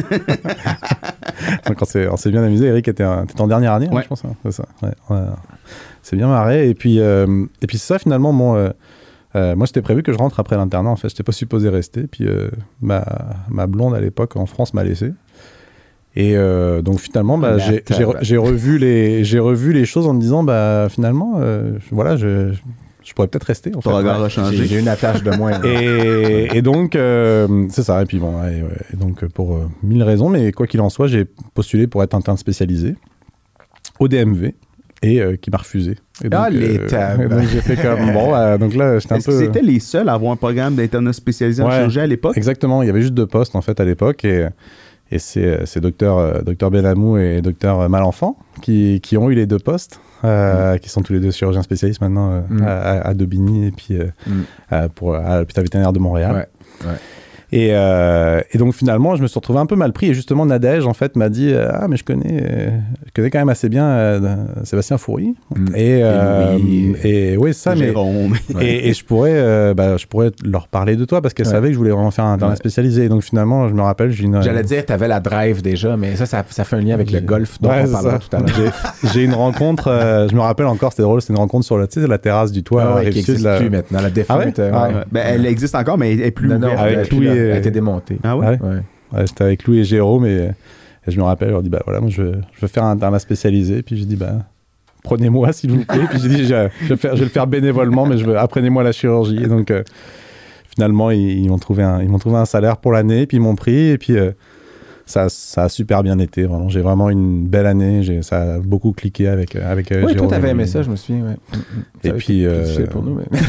Donc, on s'est, on s'est bien amusé. Eric était en, était en dernière année, ouais. hein, je pense. Hein, c'est ça. Ouais. Ouais. C'est bien marré. Et puis, euh, et puis c'est ça, finalement, mon, euh, euh, moi, c'était prévu que je rentre après l'internat. En fait, je n'étais pas supposé rester. Puis, euh, ma, ma blonde, à l'époque, en France, m'a laissé. Et euh, donc, finalement, bah, j'ai, j'ai, j'ai, revu les, j'ai revu les choses en me disant, bah, finalement, euh, voilà, je, je pourrais peut-être rester. En Ton fait. regard a changé. J'ai, j'ai une attache de moins. et, et donc, euh, c'est ça. Et puis, bon, et, ouais, et donc, pour euh, mille raisons, mais quoi qu'il en soit, j'ai postulé pour être interne spécialisé au D M V. Et euh, qui m'a refusé. Et ah, donc, les tables! Euh, donc j'ai fait comme, bon, euh, donc là, j'étais un Est-ce peu... que c'était les seuls à avoir un programme d'internat spécialisé ouais, en chirurgie à l'époque? Exactement, il y avait juste deux postes, en fait, à l'époque, et, et c'est, c'est docteur, euh, docteur Benamou et docteur Malenfant qui, qui ont eu les deux postes, euh, mm. qui sont tous les deux chirurgiens spécialistes maintenant euh, mm. à, à Daubigny et puis euh, mm. à, pour, à l'hôpital vétérinaire de Montréal. Ouais, ouais. Et, euh, et donc finalement, je me suis retrouvé un peu mal pris. Et justement, Nadège, en fait, m'a dit euh, ah mais je connais, euh, je connais quand même assez bien euh, Sébastien Foury. Mm. Et, euh, et, Louis, et oui, ça, mais Jérôme. et, et je pourrais, euh, bah, je pourrais leur parler de toi parce qu'elle Ouais. savait que je voulais vraiment faire un internat Ouais. spécialisé. Et donc finalement, je me rappelle, j'ai une. J'allais dire, t'avais la drive déjà, mais ça, ça, ça fait un lien avec le golf dont Ouais, on c'est parlait ça. tout à l'heure. J'ai, j'ai une rencontre, euh, je me rappelle encore, c'était drôle, c'était une rencontre sur la, tu sais, la terrasse du toit. Ah ouais, rive qui sud, n'existe là. plus maintenant, la défunte. Ah ouais? euh, Ah ouais. Ouais. Ben, elle existe encore, mais elle est plus Non, non, ouverte. avec elle, a- Louis elle et- a été démontée. Ah ouais? Ouais. Ouais. Ouais, j'étais avec Louis et Jérôme et, et je me rappelle, je leur dis bah voilà, moi je veux, je veux faire un internat spécialisé. Puis j'ai dit bah prenez-moi s'il vous plaît. Puis j'ai dit je, je, vais faire, je vais le faire bénévolement, mais je veux apprenez-moi la chirurgie. Et donc euh, finalement ils, ils m'ont trouvé un, ils m'ont trouvé un salaire pour l'année, puis ils m'ont pris et puis euh, ça, ça a super bien été. Vraiment, j'ai vraiment une belle année. J'ai, ça a beaucoup cliqué avec avec euh, Oui, Jérôme. toi, t'avais et aimé Louis. ça, je me souviens. Ouais. Et Ça avait puis, été plus euh, difficile pour nous, mais...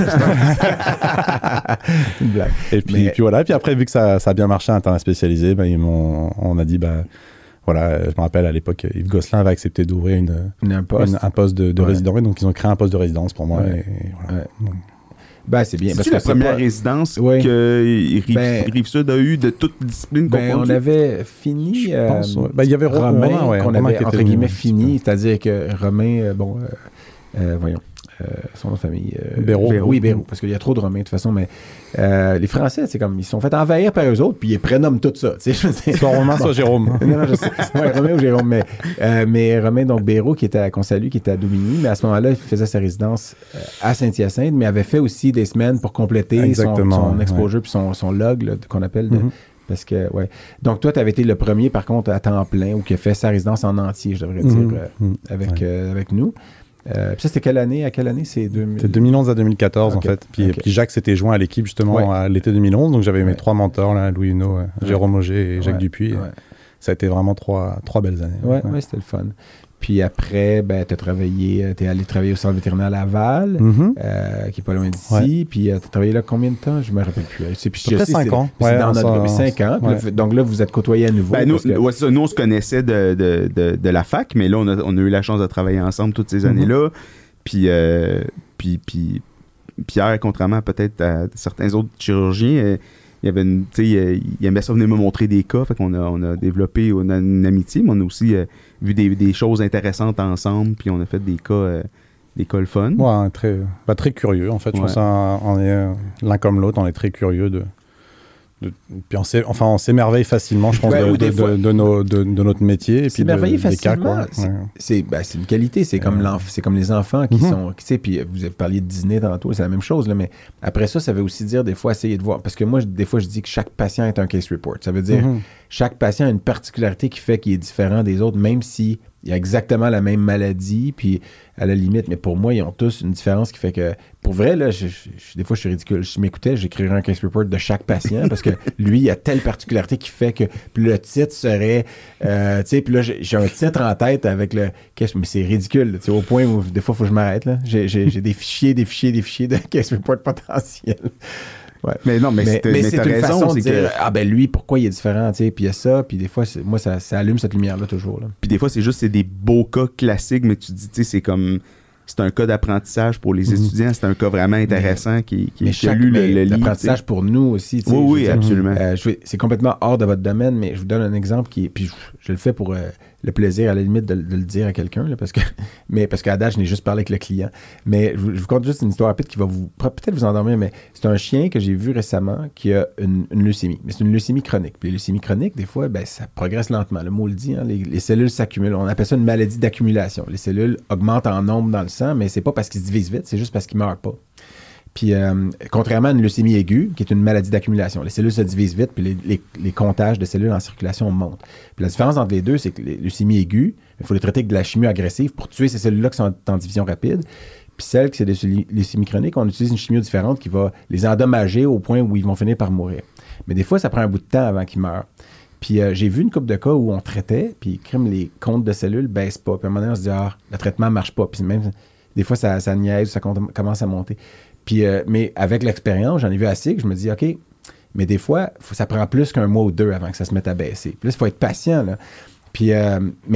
Une blague. Et puis, Mais- puis voilà. Et puis après, vu que ça, ça a bien marché, internat spécialisé, ben, ils m'ont, on a dit bah voilà, je me rappelle à l'époque, Yves Gosselin avait accepté d'ouvrir une, Une un poste. une- un poste de, de Ouais. résident, et donc ils ont créé un poste de résidence pour moi. Ouais. Et, et voilà. Ouais. Ben, c'est bien. C'est-tu parce la que c'est première pas- résidence Oui. que Rive, Ben- Rive-Sud a eu de toute discipline Ben, on confondue? avait fini. Je euh, pense, ouais. Ben, il y avait Ro- Romain, Romain, ouais, qu'on Romain avait, qui était entre venu, guillemets, ouais, fini. C'est-à-dire que Romain, euh, bon, euh, euh, voyons, euh, son nom de famille. euh, Béraud. Oui, Béraud, parce qu'il y a trop de Romains, de toute façon. Mais euh, les Français, c'est comme, ils se sont fait envahir par eux autres, puis ils prénomment tout ça. Tu sais, je veux dire. Soit Romain, soit Jérôme. Non, non, je sais. Ouais, Romain ou Jérôme, mais, euh, mais Romain, donc Béraud, qui était à, qu'on salue, qui était à Doumigny, mais à ce moment-là, il faisait sa résidence euh, à Saint-Hyacinthe, mais avait fait aussi des semaines pour compléter son, Exactement, son ouais. exposure puis son, son log, là, qu'on appelle. de- Mhm. Parce que, ouais. Donc, toi, tu avais été le premier, par contre, à temps plein, ou qui a fait sa résidence en entier, je devrais dire, Mhm. euh, Mhm. avec, Ouais. euh, avec nous. Euh, puis ça, c'était quelle année? À quelle année? C'est deux mille... C'était deux mille onze à deux mille quatorze Ok. en fait. Puis, Ok. puis Jacques s'était joint à l'équipe justement Ouais. à l'été deux mille onze. Donc j'avais mes Ouais. trois mentors, là, Louis Huneau, euh, Ouais. Jérôme Auger et Jacques Ouais. Dupuis. Ouais. Ça a été vraiment trois, trois belles années. Ouais, ouais, c'était le fun. Puis après, ben, tu as travaillé, tu es allé travailler au centre vétérinaire Laval, Mhm. euh, qui est pas loin d'ici. Ouais. Puis tu as travaillé là combien de temps? Je me rappelle plus. Je sais, puis À peu je près sais, cinq c'est- ans. c'est Ouais, dans on notre s'en- groupe, cinq ans. Puis ouais. là, f- donc là, vous êtes côtoyés à nouveau. Ben, nous, parce que- ouais, c'est ça. Nous, on se connaissait de, de, de, de la fac, mais là, on a, on a eu la chance de travailler ensemble toutes ces Mhm. années-là. Puis, euh, puis, puis Pierre, contrairement à peut-être à certains autres chirurgiens, euh, il y avait une, tu sais, euh, il aimait ça venir me montrer des cas, fait qu'on a, on a développé on a une amitié, mais on a aussi euh, vu des, des choses intéressantes ensemble, puis on a fait des cas, euh, des cas le fun. Ouais, très, bah, très curieux en fait. Je Ouais. pense qu'on est euh, l'un comme l'autre, on est très curieux de. de- puis on s'é- enfin, on s'émerveille facilement, je pense, Ouais, de, ou des de- fois- de- de nos- de- de notre métier. Et puis de, S'émerveiller des cas, facilement, quoi. c'est- Ouais. C'est ben, c'est une qualité, c'est comme, Euh. l'enf- c'est comme les enfants qui Mhm. sont, tu sais, puis vous avez parlé de Disney tantôt, c'est la même chose, là, mais après ça, ça veut aussi dire des fois essayer de voir, parce que moi, je- des fois, je dis que chaque patient est un case report. Ça veut dire Mhm. chaque patient a une particularité qui fait qu'il est différent des autres, même si il y a exactement la même maladie, puis à la limite, mais pour moi, ils ont tous une différence qui fait que, pour vrai, là, je, je- je- des fois, je suis ridicule. Si je m'écoutais, j'écrirais un case report de chaque patient, parce que lui, il a telle particularité qui fait que, puis le titre serait, euh, tu sais, puis là, j'ai j'ai un titre en tête avec le, qu'est-ce- mais c'est ridicule, là, tu sais, au point où, des fois, il faut que je m'arrête, là. J'ai j'ai- j'ai des fichiers, des fichiers, des fichiers de case report potentiels. Ouais. Mais non, mais, Mais, c'est, mais mais c'est t'as une raison, façon de c'est dire, que, ah ben lui, pourquoi il est différent, tu sais, puis il y a ça, puis des fois, c'est- moi, ça, ça allume cette lumière-là toujours, là. puis des fois, c'est juste c'est des beaux cas classiques, mais tu dis, tu sais, c'est comme, c'est un cas d'apprentissage pour les Mhm. étudiants, c'est un cas vraiment intéressant qui, qui, Mais qui a chaque lu le, mais le livre. l'apprentissage pour nous aussi. tu sais, Oui, je veux oui, dire, absolument. euh, je vais- c'est complètement hors de votre domaine, mais je vous donne un exemple qui est. Puis je, je le fais pour euh, le plaisir, à la limite, de, de le dire à quelqu'un, là, parce que, mais parce qu'à date, je n'ai juste parlé avec le client. Mais je, vous- je vous conte juste une histoire rapide qui va vous peut-être vous endormir, mais c'est un chien que j'ai vu récemment qui a une, une leucémie. Mais c'est une leucémie chronique. Puis les leucémies chroniques, des fois, ben, ça progresse lentement. Le mot le dit, hein, les, les cellules s'accumulent. On appelle ça une maladie d'accumulation. Les cellules augmentent en nombre dans le sang, mais c'est pas parce qu'ils se divisent vite, c'est juste parce qu'ils meurent pas. Puis, euh, contrairement à une leucémie aiguë, qui est une maladie d'accumulation, les cellules se divisent vite, puis les, les, les comptages de cellules en circulation montent. Puis la différence entre les deux, c'est que les leucémies aiguës, il faut les traiter avec de la chimie agressive pour tuer ces cellules-là qui sont en division rapide. Puis celles qui sont des leucémies chroniques, on utilise une chimie différente qui va les endommager au point où ils vont finir par mourir. Mais des fois, ça prend un bout de temps avant qu'ils meurent. Puis euh, j'ai vu une couple de cas où on traitait, puis crime, les comptes de cellules ne baissent pas. Puis à un moment donné, on se dit, ah, le traitement ne marche pas. Puis même, des fois, ça, ça niaise, ça com- commence à monter. Puis, euh, mais avec l'expérience, j'en ai vu assez que je me dis, OK, mais des fois, faut, ça prend plus qu'un mois ou deux avant que ça se mette à baisser. Puis là, il faut être patient, là. Puis, euh, mais ça,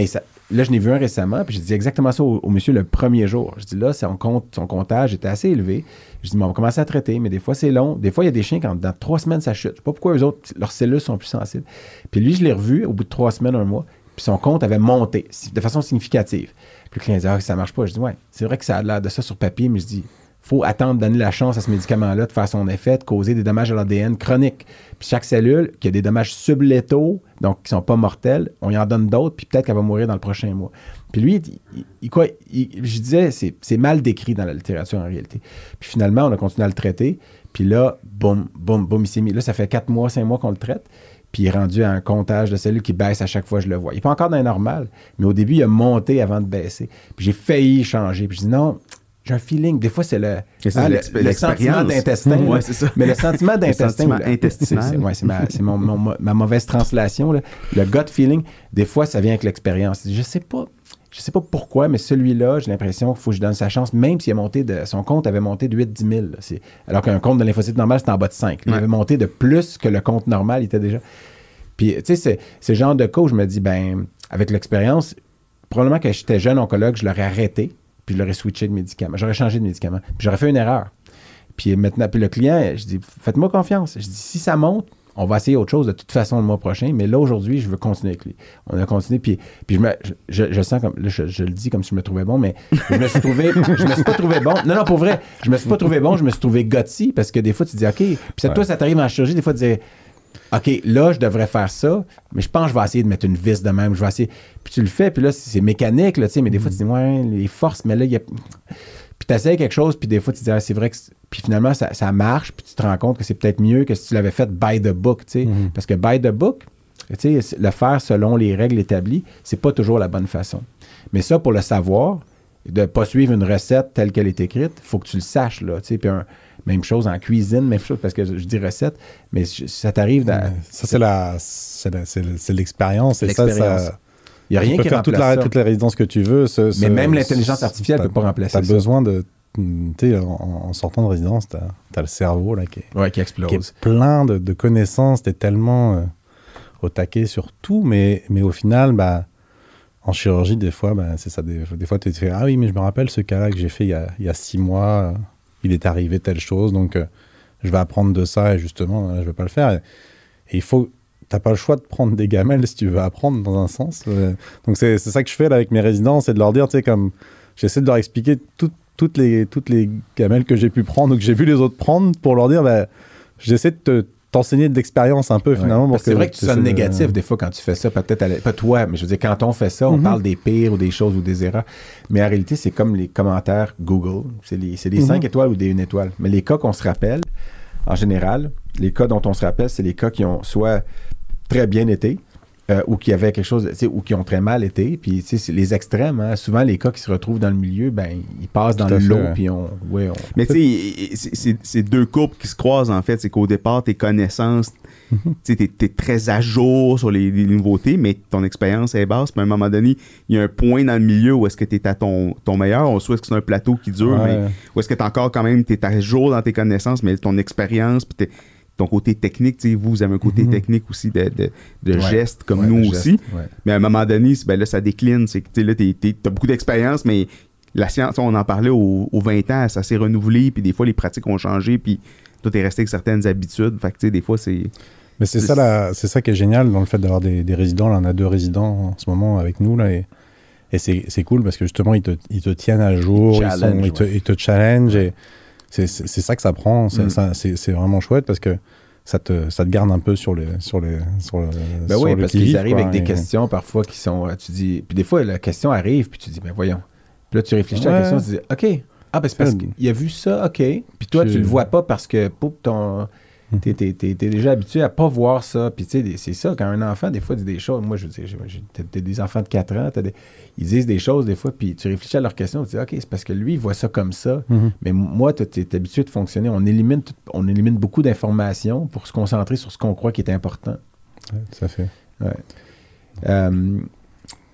là, je n'ai vu un récemment, puis j'ai dit exactement ça au, au monsieur le premier jour. Je dis là, son, compte, son comptage était assez élevé. Je dis, bon, on va commencer à traiter, mais des fois, c'est long. Des fois, il y a des chiens, quand dans trois semaines, ça chute. Je sais pas pourquoi eux autres, leurs cellules sont plus sensibles. Puis lui, je l'ai revu au bout de trois semaines, un mois, puis son compte avait monté de façon significative. Puis le client dit, ah, ça marche pas. Je dis, ouais, c'est vrai que ça a l'air de ça sur papier, mais je dis, faut attendre de donner la chance à ce médicament-là de faire son effet, de causer des dommages à l'A D N chroniques. Puis chaque cellule qui a des dommages sublétaux, donc qui sont pas mortels, on y en donne d'autres, puis peut-être qu'elle va mourir dans le prochain mois. Puis lui, il, il, quoi, il, je disais, c'est, c'est mal décrit dans la littérature en réalité. Puis finalement, on a continué à le traiter, puis là, boum, boum, boum, il s'est mis. Là, ça fait quatre mois, cinq mois qu'on le traite, puis il est rendu à un comptage de cellules qui baisse à chaque fois que je le vois. Il n'est pas encore dans le normal, mais au début, il a monté avant de baisser. Puis j'ai failli changer, puis je dis non, j'ai un feeling. Des fois, c'est le, hein, le, le sentiment d'intestin. Mmh, ouais, c'est ça. Mais le sentiment d'intestin. Le sentiment intestinal. C'est, c'est, ouais, c'est, ma, c'est mon, mon, ma mauvaise translation. Là. Le gut feeling, des fois, ça vient avec l'expérience. Je sais pas. Je sais pas pourquoi, mais celui-là, j'ai l'impression qu'il faut que je donne sa chance, même s'il a monté de. Son compte avait monté de huit à dix mille. C'est, alors qu'un compte de lymphocyte normal, c'était en bas de cinq. Il ouais. avait monté de plus que le compte normal, il était déjà. Puis, tu sais, c'est, c'est le genre de cas où je me dis, ben, avec l'expérience, probablement que j'étais jeune oncologue, je l'aurais arrêté. Puis je l'aurais switché de médicament. J'aurais changé de médicament. Puis j'aurais fait une erreur. Puis maintenant, puis le client, je dis, faites-moi confiance. Je dis, si ça monte, on va essayer autre chose de toute façon le mois prochain. Mais là, aujourd'hui, je veux continuer avec lui. On a continué. Puis, puis je, me, je, je sens comme, là, je, je le dis comme si je me trouvais bon, mais je me suis trouvé, je me suis pas trouvé bon. Non, non, pour vrai, je me suis pas trouvé bon, je me suis trouvé gutsy parce que des fois, tu dis, OK. Puis ça, ouais. toi, ça t'arrive en chirurgie, des fois, tu dis, OK, là, je devrais faire ça, mais je pense que je vais essayer de mettre une vis de même. Je vais essayer. Puis tu le fais, puis là, c'est mécanique, là, tu sais, mais des fois, tu dis, ouais, les forces, mais là, il y a. Puis tu essaies quelque chose, puis des fois, tu dis, ah, c'est vrai que. Puis finalement, ça, ça marche, puis tu te rends compte que c'est peut-être mieux que si tu l'avais fait by the book, tu sais. Mm-hmm. Parce que by the book, tu sais, le faire selon les règles établies, c'est pas toujours la bonne façon. Mais ça, pour le savoir, de ne pas suivre une recette telle qu'elle est écrite, il faut que tu le saches, là, tu sais. Puis un. Même chose en cuisine, même chose, parce que je dis recette, mais ça t'arrive dans... Ça, c'est, la, c'est, la, c'est, c'est l'expérience. Et l'expérience. Ça, ça, il n'y a rien qui remplace toute la, ça. Toutes les résidences que tu veux. Ce, mais ce, même l'intelligence artificielle ne peut pas remplacer t'as ça. Tu as besoin de... Tu sais, en, en sortant de résidence, tu as le cerveau là, qui, est, ouais, qui explose. Qui est plein de, de connaissances. Tu es tellement euh, au taquet sur tout, mais, mais au final, bah, en chirurgie, des fois, bah, c'est ça. Des, des fois, tu te fais « Ah oui, mais je me rappelle ce cas-là que j'ai fait il y a, il y a six mois. Il est arrivé telle chose. Donc... Euh, je vais apprendre de ça et justement, je ne vais pas le faire. Et, et il faut, tu n'as pas le choix de prendre des gamelles si tu veux apprendre dans un sens. Donc c'est, c'est ça que je fais là, avec mes résidents, c'est de leur dire, tu sais, comme j'essaie de leur expliquer tout, toutes, les, toutes les gamelles que j'ai pu prendre ou que j'ai vu les autres prendre pour leur dire, bah, j'essaie de te, t'enseigner de l'expérience un peu, ouais, finalement. Parce que c'est vrai que tu sonnes négatif de... des fois quand tu fais ça, peut-être, à la... pas toi, mais je veux dire, quand on fait ça, on mm-hmm. parle des pires ou des choses ou des erreurs. Mais en réalité, c'est comme les commentaires Google. C'est, les, c'est des mm-hmm. cinq étoiles ou des une étoile. Mais les cas qu'on se rappelle, en général, les cas dont on se rappelle, c'est les cas qui ont soit très bien été, euh, ou qui avaient quelque chose, ou qui ont très mal été. Puis, c'est les extrêmes, hein, souvent, les cas qui se retrouvent dans le milieu, ben, ils passent dans le lot, puis on, ouais, on... Mais tu sais, c'est, c'est, c'est deux courbes qui se croisent, en fait. C'est qu'au départ, tes connaissances, mm-hmm. tu sais, t'es très à jour sur les, les nouveautés, mais ton expérience est basse. Puis à un moment donné, il y a un point dans le milieu où est-ce que t'es à ton, ton meilleur, soit est-ce que c'est un plateau qui dure, ouais. mais où est-ce que t'es encore quand même, t'es à jour dans tes connaissances, mais ton expérience, puis t'es... ton côté technique, tu sais, vous, vous avez un côté mm-hmm. technique aussi de, de, de ouais. gestes comme ouais, nous aussi. Geste, ouais. Mais à un moment donné, ben là, ça décline. C'est que tu sais, là, t'es, t'es, t'as beaucoup d'expérience, mais la science, on en parlait aux, aux vingt ans, ça s'est renouvelé, puis des fois, les pratiques ont changé, puis toi, t'es resté avec certaines habitudes. Fait que, tu sais, des fois, c'est... Mais c'est, c'est, ça, la, c'est ça qui est génial dans le fait d'avoir des, des résidents. Là, on a deux résidents en ce moment avec nous, là, et, et c'est, c'est cool parce que justement, ils te, ils te tiennent à jour, ils, ils, sont, ouais. ils, te, ils te challenge, et c'est, c'est, c'est ça que ça prend. C'est, mm. ça, c'est, c'est vraiment chouette parce que ça te, ça te garde un peu sur, les, sur, les, sur le ben sur oui, le parce qu'ils arrivent quoi, avec des questions parfois qui sont... Tu dis... Puis des fois, la question arrive, puis tu dis, ben voyons. Puis là, tu réfléchis ouais. à la question, tu dis, OK. Ah, ben c'est parce qu'il a vu ça, OK. Puis toi, tu, tu le vois pas parce que pour ton... T'es, t'es, t'es, t'es déjà habitué à pas voir ça. Puis tu sais, c'est ça, quand un enfant, des fois, dit des choses. Moi, je veux dire, j'ai, j'ai, t'as des enfants de quatre ans, t'as des, ils disent des choses des fois, puis tu réfléchis à leurs questions, tu dis, OK, c'est parce que lui, il voit ça comme ça. Mm-hmm. Mais moi, tu es habitué de fonctionner. On élimine, tout, on élimine beaucoup d'informations pour se concentrer sur ce qu'on croit qui est important. Oui, tout à fait. Ouais. Euh,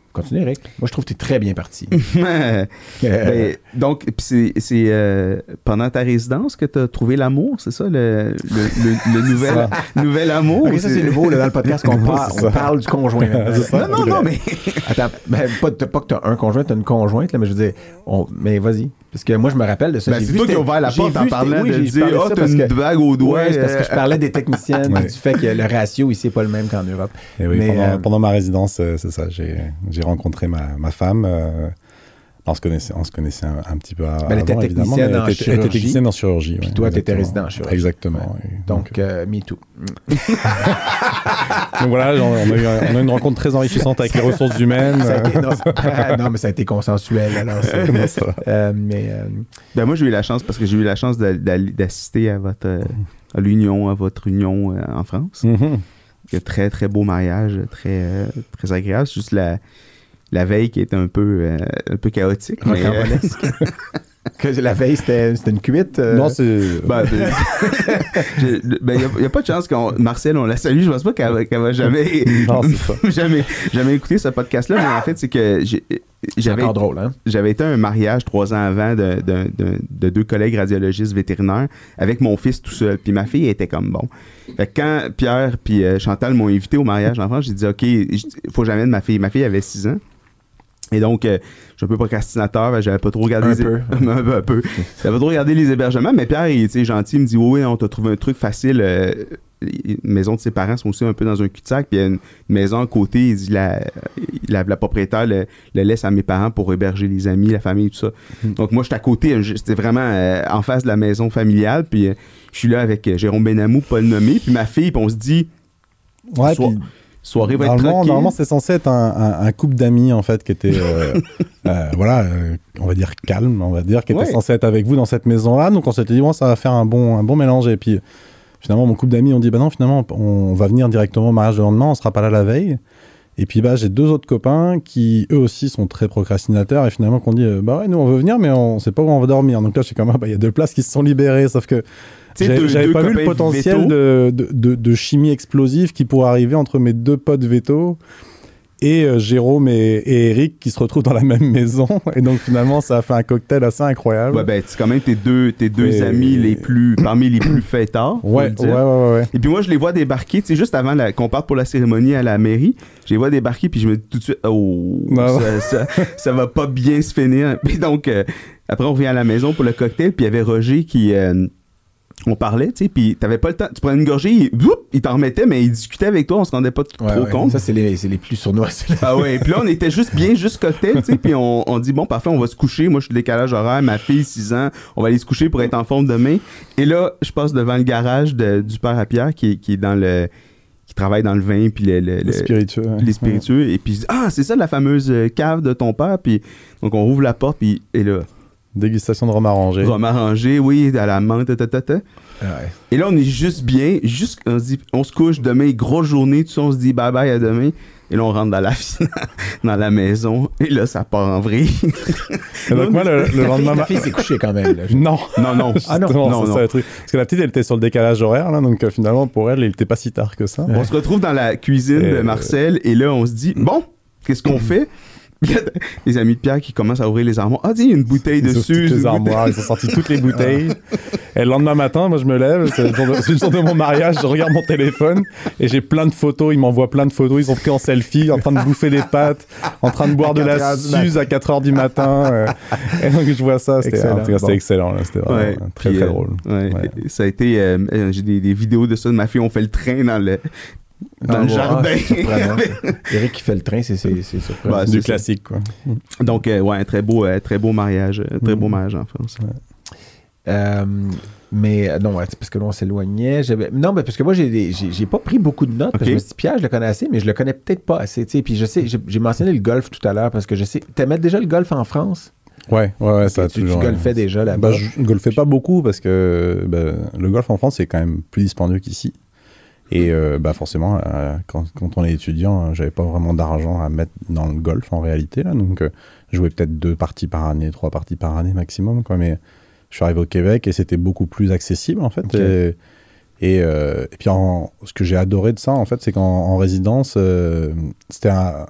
Continue, Eric. Moi, je trouve que tu es très bien parti. ben, donc, pis c'est, c'est euh, pendant ta résidence que tu as trouvé l'amour, c'est ça, le, le, le, le nouvel, nouvel amour? Okay, ça, c'est nouveau là, dans le podcast qu'on parle, on parle du conjoint. non, non, non, mais... Attends, ben, pas, pas que tu as un conjoint, tu as une conjointe, là, mais je veux dire, on, mais vas-y. Parce que moi, je me rappelle de ça. Ben, c'est toi qui as ouvert la porte en parlant oui, de dire « Ah, oh, t'as une que, bague au doigt. Ouais, c'est parce que je parlais des techniciennes ouais. du fait que le ratio ici n'est pas le même qu'en Europe. Et oui, mais, pendant, euh, pendant ma résidence, euh, c'est ça, j'ai, j'ai rencontré ma, ma femme. Euh, on se connaissait, on se connaissait un, un petit peu avant, elle était évidemment. Technicienne mais en elle, était, elle était technicienne en chirurgie. chirurgie. Puis ouais, toi, tu étais résident en chirurgie. Exactement. Ouais. Donc, donc euh, me too. donc voilà, on a, eu, on a eu une rencontre très enrichissante avec les ressources humaines. Ça a été, non, non, mais ça a été consensuel. Alors, c'est, non, ça euh, mais, euh... ben, moi, j'ai eu la chance, parce que j'ai eu la chance de, de, d'assister à, votre, euh, à l'union, à votre union euh, en France. Mm-hmm. Un très, très beau mariage, très, euh, très agréable. C'est juste la... La veille qui était un peu, euh, un peu chaotique. Mais, euh... que la veille, c'était, c'était une cuite? Euh... Non, c'est... Ben, il ben, n'y a, a pas de chance qu'on... Marcel, on la salue. Je pense pas qu'elle, qu'elle va jamais... non, c'est ça. jamais, jamais écouté ce podcast-là. Mais en fait, c'est que j'ai, j'avais... C'est encore drôle, hein? J'avais été à un mariage trois ans avant de, de, de, de deux collègues radiologistes vétérinaires avec mon fils tout seul. Puis ma fille était comme bon. Fait que quand Pierre puis euh, Chantal m'ont invité au mariage en France, j'ai dit, OK, il faut que j'amène ma fille. Ma fille avait six ans. Et donc, euh, je suis un peu procrastinateur, ben, j'avais pas trop regardé un les... peu. un peu, un peu. J'avais pas trop regardé les hébergements, mais Pierre, il est gentil, il me dit, oui, oui, on t'a trouvé un truc facile. Euh, la maison de ses parents sont aussi un peu dans un cul-de-sac, puis il y a une maison à côté, il dit, la, la, la propriétaire le, le laisse à mes parents pour héberger les amis, la famille, tout ça. Mm. Donc, moi, j'étais à côté, j'étais vraiment euh, en face de la maison familiale, puis euh, je suis là avec euh, Jérôme Benamou, pas le nommer, puis ma fille, puis on se dit... Ouais, soit, puis... soirée va normalement, être tranquille. Normalement, c'est censé être un, un, un couple d'amis, en fait, qui était, euh, euh, voilà, euh, on va dire calme, on va dire, qui ouais. était censé être avec vous dans cette maison-là. Donc, on s'était dit, bon, ça va faire un bon, un bon mélange. Et puis, finalement, mon couple d'amis ont dit, bah non, finalement, on va venir directement au mariage le lendemain, on sera pas là la veille. Et puis, bah, j'ai deux autres copains qui, eux aussi, sont très procrastinateurs et finalement, qu'on dit, euh, bah ouais, nous, on veut venir, mais on sait pas où on va dormir. Donc là, je suis comme, ah, bah, il y a deux places qui se sont libérées, sauf que J'ai, deux, j'avais deux pas vu le potentiel de, de, de, de chimie explosive qui pourrait arriver entre mes deux potes vétos et euh, Jérôme et, et Eric qui se retrouvent dans la même maison. Et donc finalement, ça a fait un cocktail assez incroyable. Ouais, ben, c'est quand même tes deux, tes deux et... amis les plus, parmi les plus fêtards. Ouais, ouais, ouais, ouais, ouais. Et puis moi, je les vois débarquer, tu sais, juste avant la, qu'on parte pour la cérémonie à la mairie, je les vois débarquer, puis je me dis tout de suite, oh, ça, ça, ça va pas bien se finir. Puis donc, euh, après, on revient à la maison pour le cocktail, puis il y avait Roger qui... Euh, on parlait, tu sais, puis t'avais pas le temps. Tu prenais une gorgée, il, whoop, il t'en remettait, mais il discutait avec toi, on se rendait pas t- ouais, trop ouais. compte. Ça, c'est les, c'est les plus sournois. Ah ouais, puis là, on était juste bien, juste cocktail, tu sais, puis on, on dit, bon, parfait, on va se coucher. Moi, je suis de décalage horaire, ma fille, six ans, on va aller se coucher pour être en forme demain. Et là, je passe devant le garage de, du père à Pierre, qui est, qui est dans le... qui travaille dans le vin, puis le, le, les spiritueux. Le, les spiritueux. Ouais. Et puis, je dis, ah, c'est ça, la fameuse cave de ton père. Puis, donc, on ouvre la porte, puis, et là... Dégustation de rhum arrangé. Rhum arrangé, oui, à la menthe, ta, ta, ta. Ouais. Et là, on est juste bien, juste, on se dit, on se couche demain, grosse journée, tout ça, on se dit bye bye à demain. Et là, on rentre dans la, dans la maison, et là, ça part en vrille. Et donc, moi, le, le ta lendemain. Fille, ta fille s'est couchée quand même. Là. Non. Non, non. Ah non, non, c'est non. Ça, le truc. Parce que la petite, elle était sur le décalage horaire, là, donc euh, finalement, pour elle, il était pas si tard que ça. Ouais. On se retrouve dans la cuisine et de Marcel, et là, on se dit, bon, qu'est-ce qu'on fait? Il y a les amis de Pierre qui commencent à ouvrir les armoires. Ah, dis, il y a une bouteille ils dessus. Toutes les armoires, ils ont sorti toutes les bouteilles. Et le lendemain matin, moi, je me lève, c'est le, jour de, c'est le jour de mon mariage, je regarde mon téléphone et j'ai plein de photos. Ils m'envoient plein de photos. Ils sont pris en selfie, en train de bouffer des pâtes, en train de boire de la Suze à quatre heures du matin. Euh, et donc, je vois ça. C'était, excellent. C'était bon. excellent. Là, c'était vraiment ouais, très, très euh, drôle. Ouais, ouais. Ça a été... Euh, j'ai des, des vidéos de ça de ma fille. On fait le train dans le... Dans ah, le jardin. Ah, Eric qui fait le train, c'est, c'est, c'est surprenant. Ouais, c'est du classique, quoi. Donc, euh, ouais, un très beau, euh, très beau mariage. Un très mm. beau mariage en France. Ouais. Euh, mais non, parce que là, on s'éloignait. J'avais... Non, mais parce que moi, j'ai, j'ai, j'ai pas pris beaucoup de notes. Okay. Parce que je me suis dit, Pierre, je le connais assez, mais je le connais peut-être pas assez. T'sais. Puis je sais, j'ai, j'ai mentionné le golf tout à l'heure parce que je sais. T'aimais déjà le golf en France? Ouais, ouais, ouais, ça a tu, toujours... Tu golfais déjà là-bas? Bah, je golfais pas beaucoup parce que bah, le golf en France, c'est quand même plus dispendieux qu'ici. Et euh, bah forcément, euh, quand, quand on est étudiant, j'avais pas vraiment d'argent à mettre dans le golf en réalité. Là, donc, euh, je jouais peut-être deux parties par année, trois parties par année maximum. Quoi, mais je suis arrivé au Québec et c'était beaucoup plus accessible en fait. Okay. Et, et, euh, et puis, en, ce que j'ai adoré de ça, en fait, c'est qu'en en résidence, euh, c'était un,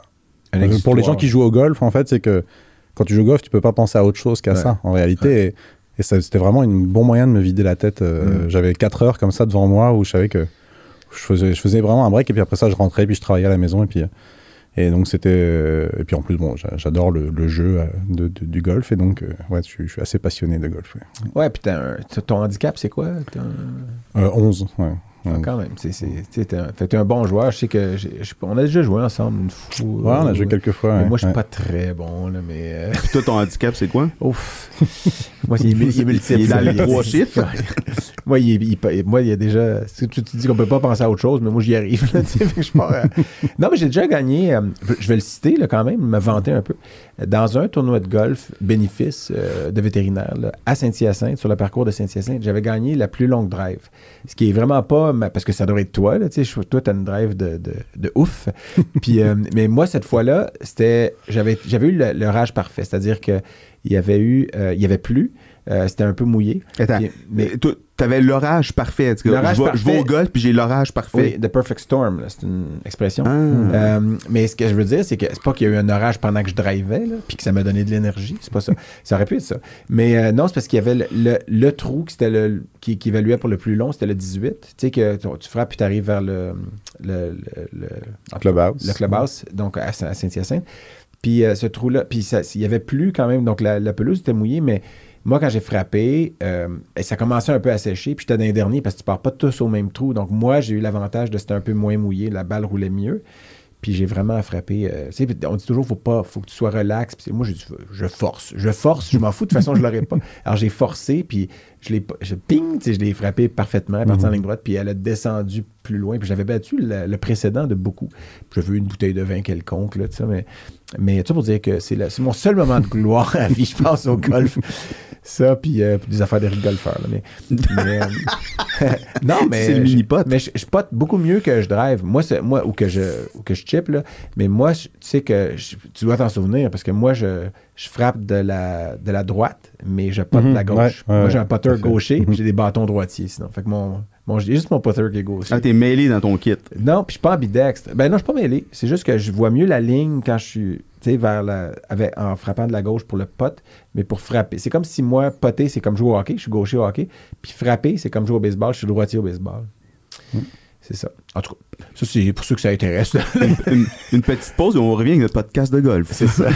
Euh, pour les gens qui jouent au golf, en fait, c'est que quand tu joues au golf, tu peux pas penser à autre chose qu'à ouais. ça, en réalité. Ouais. Et, et ça, c'était vraiment un bon moyen de me vider la tête. Euh, mm. J'avais quatre heures comme ça devant moi où je savais que je faisais, je faisais vraiment un break. Et puis après ça, je rentrais, puis je travaillais à la maison. Et puis, et donc, c'était... Et puis en plus, bon, j'adore le, le jeu de, de, du golf. Et donc, ouais, je, je suis assez passionné de golf. Ouais, ouais puis t'as un, t'as, ton handicap, c'est quoi? Un... Euh, onze, ouais. Ah, quand même, c'est, c'est, t'es, un, t'es un bon joueur. Je sais que j'ai, je, on a déjà joué ensemble une fois. Ouais, on a joué euh, quelques fois. Ouais. Moi, je suis ouais. pas très bon, là, mais. Euh... Puis toi, ton handicap, c'est quoi? Ouf. Moi, il est, il est multiple. Il est dans les trois chiffres. Moi, il, il, il, moi, il y a déjà. Tu te dis qu'on peut pas penser à autre chose, mais moi, j'y arrive. Là, je pars, euh... Non, mais j'ai déjà gagné. Euh, je vais le citer là, quand même, me vanter un peu. Dans un tournoi de golf bénéfice euh, de vétérinaire là, à Saint-Hyacinthe, sur le parcours de Saint-Hyacinthe, j'avais gagné la plus longue drive. Ce qui est vraiment pas. Ma... Parce que ça devrait être toi, là, tu sais, toi, t'as une drive de, de, de ouf. Puis, euh, mais moi, cette fois-là, c'était. J'avais, j'avais eu le, le rage parfait. C'est-à-dire qu'il y avait eu. Euh, il y avait plu. Euh, c'était un peu mouillé. Attends, puis, mais toi, t'avais l'orage parfait. L'orage je, vais, parfait. je vais au golf puis j'ai l'orage parfait. Oui, the perfect storm, là, c'est une expression. Ah. Euh, mais ce que je veux dire, c'est que c'est pas qu'il y a eu un orage pendant que je drivais, là, puis que ça m'a donné de l'énergie. C'est pas ça. Ça aurait pu être ça. Mais euh, non, c'est parce qu'il y avait le, le, le trou qui, c'était le, qui, qui évaluait pour le plus long, c'était le dix-huit. Tu sais que tu, tu frappes puis tu arrives vers le, le, le, le clubhouse. Le clubhouse, donc à, à Saint-Hyacinthe. Puis euh, ce trou-là, puis il y avait plu quand même, donc la, la pelouse était mouillée, mais moi, quand j'ai frappé, euh, ça commençait un peu à sécher, puis j'étais dans les derniers parce que tu pars pas tous au même trou. Donc moi, j'ai eu l'avantage de c'était un peu moins mouillé, la balle roulait mieux. Puis j'ai vraiment frappé. Euh, tu sais, on dit toujours, faut pas, faut que tu sois relax. Puis moi, je, je force. Je force, je m'en fous. De toute façon, je l'aurais pas. Alors j'ai forcé, puis je l'ai, je, ping, tu sais, je l'ai frappé parfaitement, parti mm-hmm. en ligne droite, puis elle a descendu plus loin. Puis j'avais battu le, le précédent de beaucoup. Puis j'avais eu une bouteille de vin quelconque, là, tu sais, mais, mais tu sais, pour dire que c'est, la, c'est mon seul moment de gloire à la vie, je pense, au golf. Ça, puis euh, des affaires de golfeurs. Mais, mais euh, non, mais c'est le mini-pot. Mais je, je pote beaucoup mieux que je drive. Moi, c'est, moi ou que je ou que je chip, là. Mais moi, je, tu sais que je, tu dois t'en souvenir parce que moi, je, je frappe de la, de la droite, mais je pote mm-hmm, de la gauche. Ouais, moi, ouais, j'ai un putter gaucher, mm-hmm. puis j'ai des bâtons droitiers, sinon. Fait que mon... Bon, j'ai juste mon putter qui est gaucher. Ah, t'es mêlé dans ton kit. Non, puis je suis pas ambidextre. Ben non, je suis pas mêlé. C'est juste que je vois mieux la ligne quand je suis, tu sais, vers la, avec, en frappant de la gauche pour le pot, mais pour frapper. C'est comme si moi, poter, c'est comme jouer au hockey. Je suis gaucher au hockey. Puis frapper, c'est comme jouer au baseball. Je suis droitier au baseball. Mm. C'est ça. En tout cas, ça, c'est pour ceux que ça intéresse. une, une petite pause et on revient avec notre podcast de golf. C'est ça.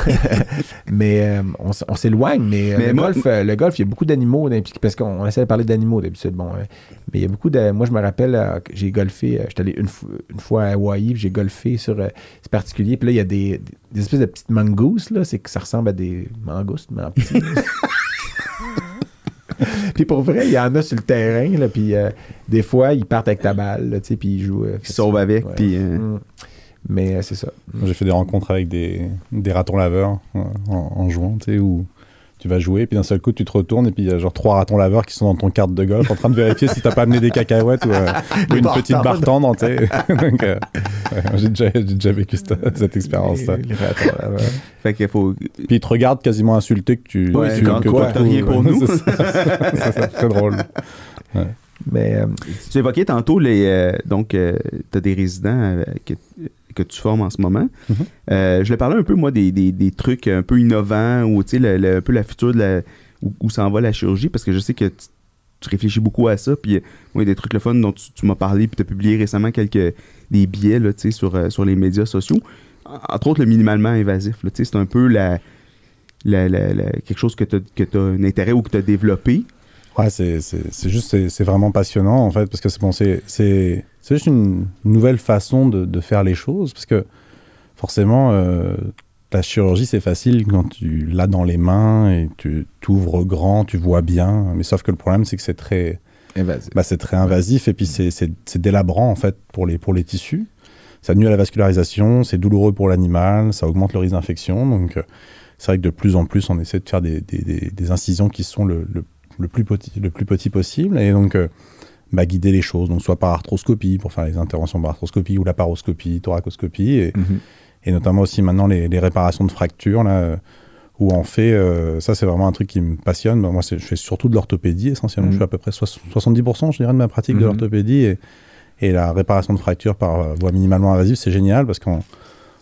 mais euh, on, on s'éloigne, mais, mais le, moi, golf, euh, le golf, il y a beaucoup d'animaux, parce qu'on on essaie de parler d'animaux d'habitude. Bon, euh, mais il y a beaucoup de... Moi, je me rappelle, euh, que j'ai golfé, euh, j'étais allé une, f- une fois à Hawaï, puis j'ai golfé sur... Euh, c'est particulier. Puis là, il y a des, des espèces de petites mongooses, là. C'est que ça ressemble à des mangoustes, mais en petit. Puis pour vrai, il y en a sur le terrain, là, puis euh, des fois, ils partent avec ta balle, tu sais, puis ils jouent. Euh, ils sauvent avec, ouais. puis... Euh... Mm. Mais euh, c'est ça. J'ai fait des rencontres avec des, des ratons laveurs euh, en, en jouant, tu sais, où tu vas jouer, puis d'un seul coup, tu te retournes, et puis il y a genre trois ratons laveurs qui sont dans ton carte de golf en train de vérifier si t'as pas amené des cacahuètes ou, euh, ou une petite barre tendre, tu sais. Donc, euh, ouais, j'ai, déjà, j'ai déjà vécu cette, cette expérience-là. Les, les ratons laveurs. Fait qu'il faut... Puis ils te regardent quasiment insultés que tu... Ouais, tu quand que quoi, t'as rien pour nous. C'est, ça, c'est, ça, c'est très drôle. Ouais. Mais... Euh, tu évoquais tantôt les... Euh, donc, euh, t'as des résidents euh, que... que tu formes en ce moment. Mm-hmm. Euh, je voulais parler un peu, moi, des, des, des trucs un peu innovants ou, tu sais, le, le, un peu la future de la, où, où s'en va la chirurgie, parce que je sais que tu, tu réfléchis beaucoup à ça, puis moi, il y a des trucs le fun dont tu, tu m'as parlé, puis tu as publié récemment quelques des billets, là, tu sais, sur, euh, sur les médias sociaux. Entre autres, le minimalement invasif, là, tu sais, c'est un peu la, la, la, la, quelque chose que tu as un intérêt ou que tu as développé. Ouais, c'est, c'est, c'est juste, c'est, c'est vraiment passionnant, en fait, parce que c'est, bon, c'est, c'est, c'est juste une nouvelle façon de, de faire les choses, parce que forcément, euh, la chirurgie, c'est facile quand tu l'as dans les mains et tu t'ouvres grand, tu vois bien, mais sauf que le problème, c'est que c'est très invasif, bah, c'est très invasif et puis c'est, c'est, c'est délabrant, en fait, pour les, pour les tissus. Ça nuit à la vascularisation, c'est douloureux pour l'animal, ça augmente le risque d'infection, donc euh, c'est vrai que de plus en plus, on essaie de faire des, des, des, des incisions qui sont le, le le plus petit, le plus petit possible, et donc euh, bah, guider les choses, donc soit par arthroscopie pour faire les interventions par arthroscopie ou laparoscopie, thoracoscopie, et, mm-hmm. et notamment aussi maintenant les, les réparations de fractures, là, où on fait, euh, ça c'est vraiment un truc qui me passionne. Bah, moi c'est, je fais surtout de l'orthopédie essentiellement, mm-hmm. je fais à peu près soixante-dix pour cent je dirais de ma pratique mm-hmm. de l'orthopédie, et, et la réparation de fractures par voie minimalement invasive, c'est génial parce qu'on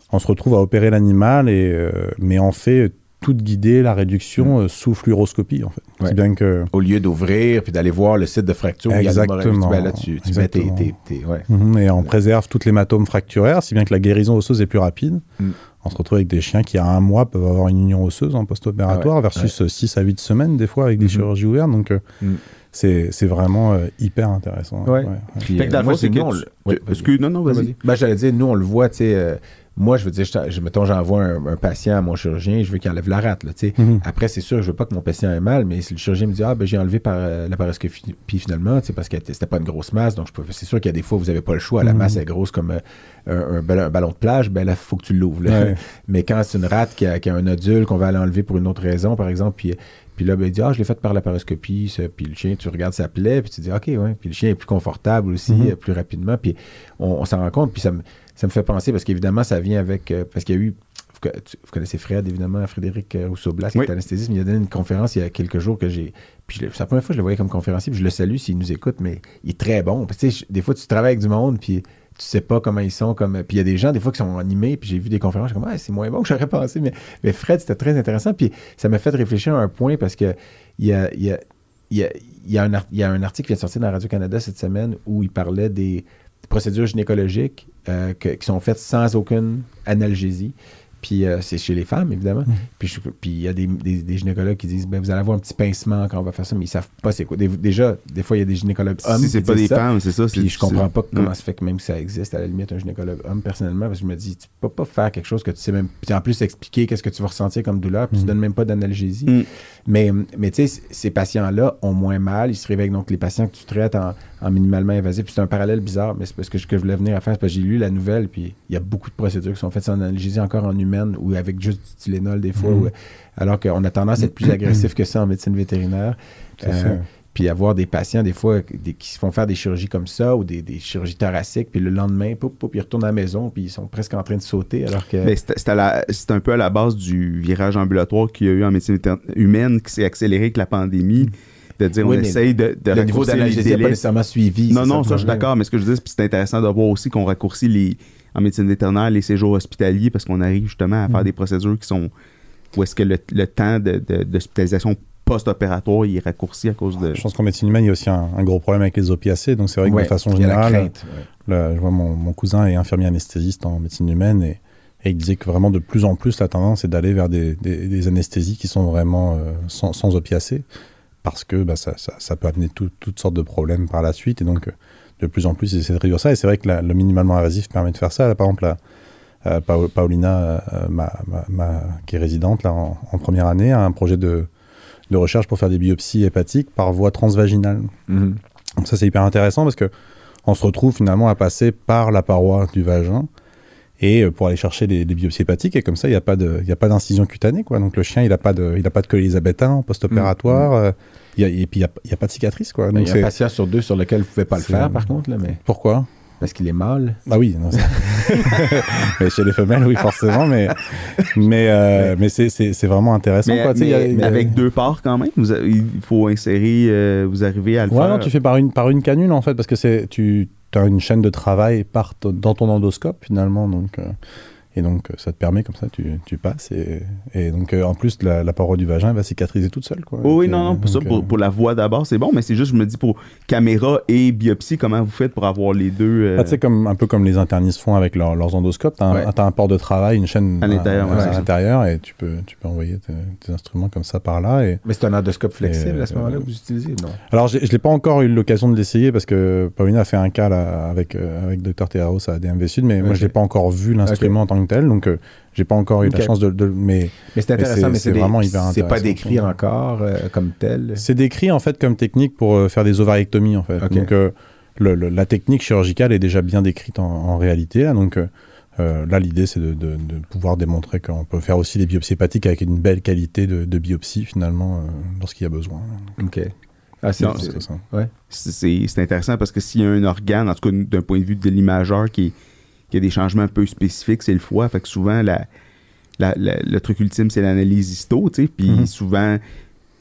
on se retrouve à opérer l'animal, et, euh, mais on fait toute guidée la réduction mmh. euh, sous fluoroscopie, en fait. Ouais. C'est bien que... Au lieu d'ouvrir puis d'aller voir le site de fracture, exactement. Ben là, tu, tu mets tes... tes, tes ouais. mmh, et on préserve tout l'hématome fracturaire, si bien que la guérison osseuse est plus rapide. Mmh. On se retrouve avec des chiens qui, à un mois, peuvent avoir une union osseuse en post-opératoire, ah ouais, versus ouais. six à huit semaines, des fois, avec des mmh. chirurgies ouvertes. Donc, euh, mmh. c'est, c'est vraiment euh, hyper intéressant. Ouais. Ouais. Puis, fait que dans le fond, c'est que... Tu... Ouais, excuse, non, non, vas-y. vas-y. Ben, j'allais dire, nous, on le voit, tu sais... Euh, moi, je veux dire, je, je, mettons, j'envoie un, un patient à mon chirurgien, je veux qu'il enlève la rate, là, tu sais. Mm-hmm. Après, c'est sûr, je veux pas que mon patient ait mal, mais si le chirurgien me dit, ah, ben, j'ai enlevé par euh, la paroscopie finalement, tu sais, parce que c'était pas une grosse masse, donc je peux, c'est sûr qu'il y a des fois où vous avez pas le choix, la mm-hmm. masse est grosse comme euh, un, un, ballon, un ballon de plage, ben là, il faut que tu l'ouvres, là. Ouais. Mais quand c'est une rate qui a, qui a un nodule qu'on va aller enlever pour une autre raison, par exemple, puis Puis là, ben, il dit, ah, je l'ai fait par la paroscopie. Ça. Puis le chien, tu regardes sa plaie, puis tu dis, OK, ouais. Puis le chien est plus confortable aussi, mm-hmm. euh, plus rapidement. Puis on, on s'en rend compte. Puis ça me, ça me fait penser, parce qu'évidemment, ça vient avec. Euh, parce qu'il y a eu. Vous, vous connaissez Fred, évidemment, Frédéric Rousseau-Blas, qui oui. est anesthésiste. Mais il a donné une conférence il y a quelques jours que j'ai. Puis je, c'est la première fois que je le voyais comme conférencier. Puis je le salue s'il nous écoute, mais il est très bon. Puis tu sais, des fois, tu travailles avec du monde, puis. Tu sais pas comment ils sont. Comme... Puis il y a des gens, des fois, qui sont animés, puis j'ai vu des conférences, je suis comme, ah, c'est moins bon que j'aurais pensé. Mais, mais Fred, c'était très intéressant. Puis ça m'a fait réfléchir à un point, parce que il y a, il y a, il y a, il y a, un, art- il y a un article qui vient de sortir dans Radio-Canada cette semaine où il parlait des procédures gynécologiques euh, que, qui sont faites sans aucune analgésie. Puis euh, c'est chez les femmes, évidemment. Mmh. Puis il y a des, des, des gynécologues qui disent, ben, vous allez avoir un petit pincement quand on va faire ça, mais ils savent pas c'est quoi. Des, déjà, des fois, il y a des gynécologues hommes. Si c'est pas des ça, femmes, c'est ça. Puis c'est, je comprends c'est... pas comment mmh. ça fait que même que ça existe, à la limite, un gynécologue homme, personnellement, parce que je me dis, tu peux pas faire quelque chose que tu sais même. Puis en plus, expliquer qu'est-ce que tu vas ressentir comme douleur, puis mmh. tu donnes même pas d'analgésie. Mmh. Mais, mais tu sais, ces patients-là ont moins mal. Ils se réveillent. Donc, les patients que tu traites en, en minimalement invasif, puis c'est un parallèle bizarre, mais c'est parce que ce que je voulais venir à faire, c'est parce que j'ai lu la nouvelle, puis il y a beaucoup de procédures qui sont faites sans analgésie encore en humaine ou avec juste du Tylenol des fois, mmh. où, alors qu'on a tendance à être plus agressif que ça en médecine vétérinaire. Euh, puis avoir des patients, des fois, des, qui se font faire des chirurgies comme ça ou des, des chirurgies thoraciques, puis le lendemain, poup, poup, ils retournent à la maison, puis ils sont presque en train de sauter, alors que... Mais c'est, c'est, la, c'est un peu à la base du virage ambulatoire qu'il y a eu en médecine humaine, qui s'est accéléré avec la pandémie. Mmh. De dire, oui, on essaye de, de le niveau d'analgésie n'est pas nécessairement suivi. Non, non, ça, ça je suis d'accord, mais ce que je dis, c'est, c'est intéressant de voir aussi qu'on raccourcit les, en médecine vétérinaire les séjours hospitaliers, parce qu'on arrive justement à faire mmh. des procédures qui sont... où est-ce que le, le temps de, de, d'hospitalisation post-opératoire il est raccourci à cause de... Je pense qu'en médecine humaine, il y a aussi un, un gros problème avec les opiacés, donc c'est vrai que ouais, de façon générale, crainte, ouais. le, je vois mon, mon cousin est infirmier anesthésiste en médecine humaine, et, et il disait que vraiment de plus en plus la tendance est d'aller vers des, des, des anesthésies qui sont vraiment euh, sans, sans opiacés, parce que bah, ça, ça, ça peut amener tout, toutes sortes de problèmes par la suite, et donc euh, de plus en plus ils essaient de réduire ça, et c'est vrai que la, le minimalement invasif permet de faire ça. Là, par exemple, la, euh, pa- Paulina, euh, ma, ma, ma, qui est résidente là, en, en première année, a un projet de, de recherche pour faire des biopsies hépatiques par voie transvaginale. Mm-hmm. Donc ça, c'est hyper intéressant, parce que on se retrouve finalement à passer par la paroi du vagin, et pour aller chercher les, les biopsies hépatiques, et comme ça, il n'y a pas de, il n'y a pas d'incision cutanée, quoi. Donc le chien, il n'a pas de, il a pas de col élisabétain en post-opératoire, mmh. euh, il y a, et puis il n'y a, il y a pas de cicatrice, quoi. Donc il y a un patient sur deux sur lequel vous ne pouvez pas c'est... le faire, par contre, là, mais... Pourquoi? Parce qu'il est mâle. Ah oui, non, mais chez les femelles, oui, forcément, mais, mais, euh, mais c'est, c'est, c'est vraiment intéressant. Mais, quoi. Mais, y a, mais y a... avec deux parts quand même, vous a, il faut insérer, euh, vous arrivez à le ouais, faire. Non, tu fais par une, par une canule, en fait, parce que c'est, tu as une chaîne de travail par t- dans ton endoscope, finalement, donc... Euh... Et donc, ça te permet, comme ça, tu, tu passes. Et, et donc, euh, en plus, la, la paroi du vagin va cicatriser toute seule, quoi. Oh, oui, donc, non, non, euh, pour ça, pour, pour la voie d'abord, c'est bon, mais c'est juste, je me dis, pour caméra et biopsie, comment vous faites pour avoir les deux euh... ah, tu sais, comme, un peu comme les internistes font avec leur, leurs endoscopes. Tu as ouais. un, un port de travail, une chaîne à l'intérieur, à, ouais, à l'intérieur, et tu peux, tu peux envoyer tes, tes instruments comme ça par là. Et, mais c'est un endoscope flexible et, à ce moment-là euh, que vous utilisez, non? Alors, je n'ai pas encore eu l'occasion de l'essayer, parce que Paulina a fait un cas là, avec, euh, avec Docteur Terraos à D M V Sud, mais okay. moi, je n'ai pas encore vu l'instrument okay. en tant que tel. Donc, euh, j'ai pas encore eu okay. la chance de, de mais, mais c'est intéressant, mais c'est, mais c'est, c'est des, vraiment hyper intéressant. C'est pas décrit encore euh, comme tel. C'est décrit en fait comme technique pour euh, faire des ovarectomies en fait. Okay. Donc euh, le, le, la technique chirurgicale est déjà bien décrite en, en réalité là. Donc euh, là l'idée c'est de, de, de pouvoir démontrer qu'on peut faire aussi des biopsies hépatiques avec une belle qualité de, de biopsie finalement euh, lorsqu'il y a besoin. Ok. Ah, c'est, non, c'est, c'est ça. Ouais. C'est, c'est, c'est intéressant parce que s'il y a un organe, en tout cas d'un point de vue de l'imageur qui est qu'il y a des changements un peu spécifiques, c'est le foie. Fait que souvent, la, la, la, le truc ultime, c'est l'analyse histo, tu sais. Puis mm-hmm. souvent,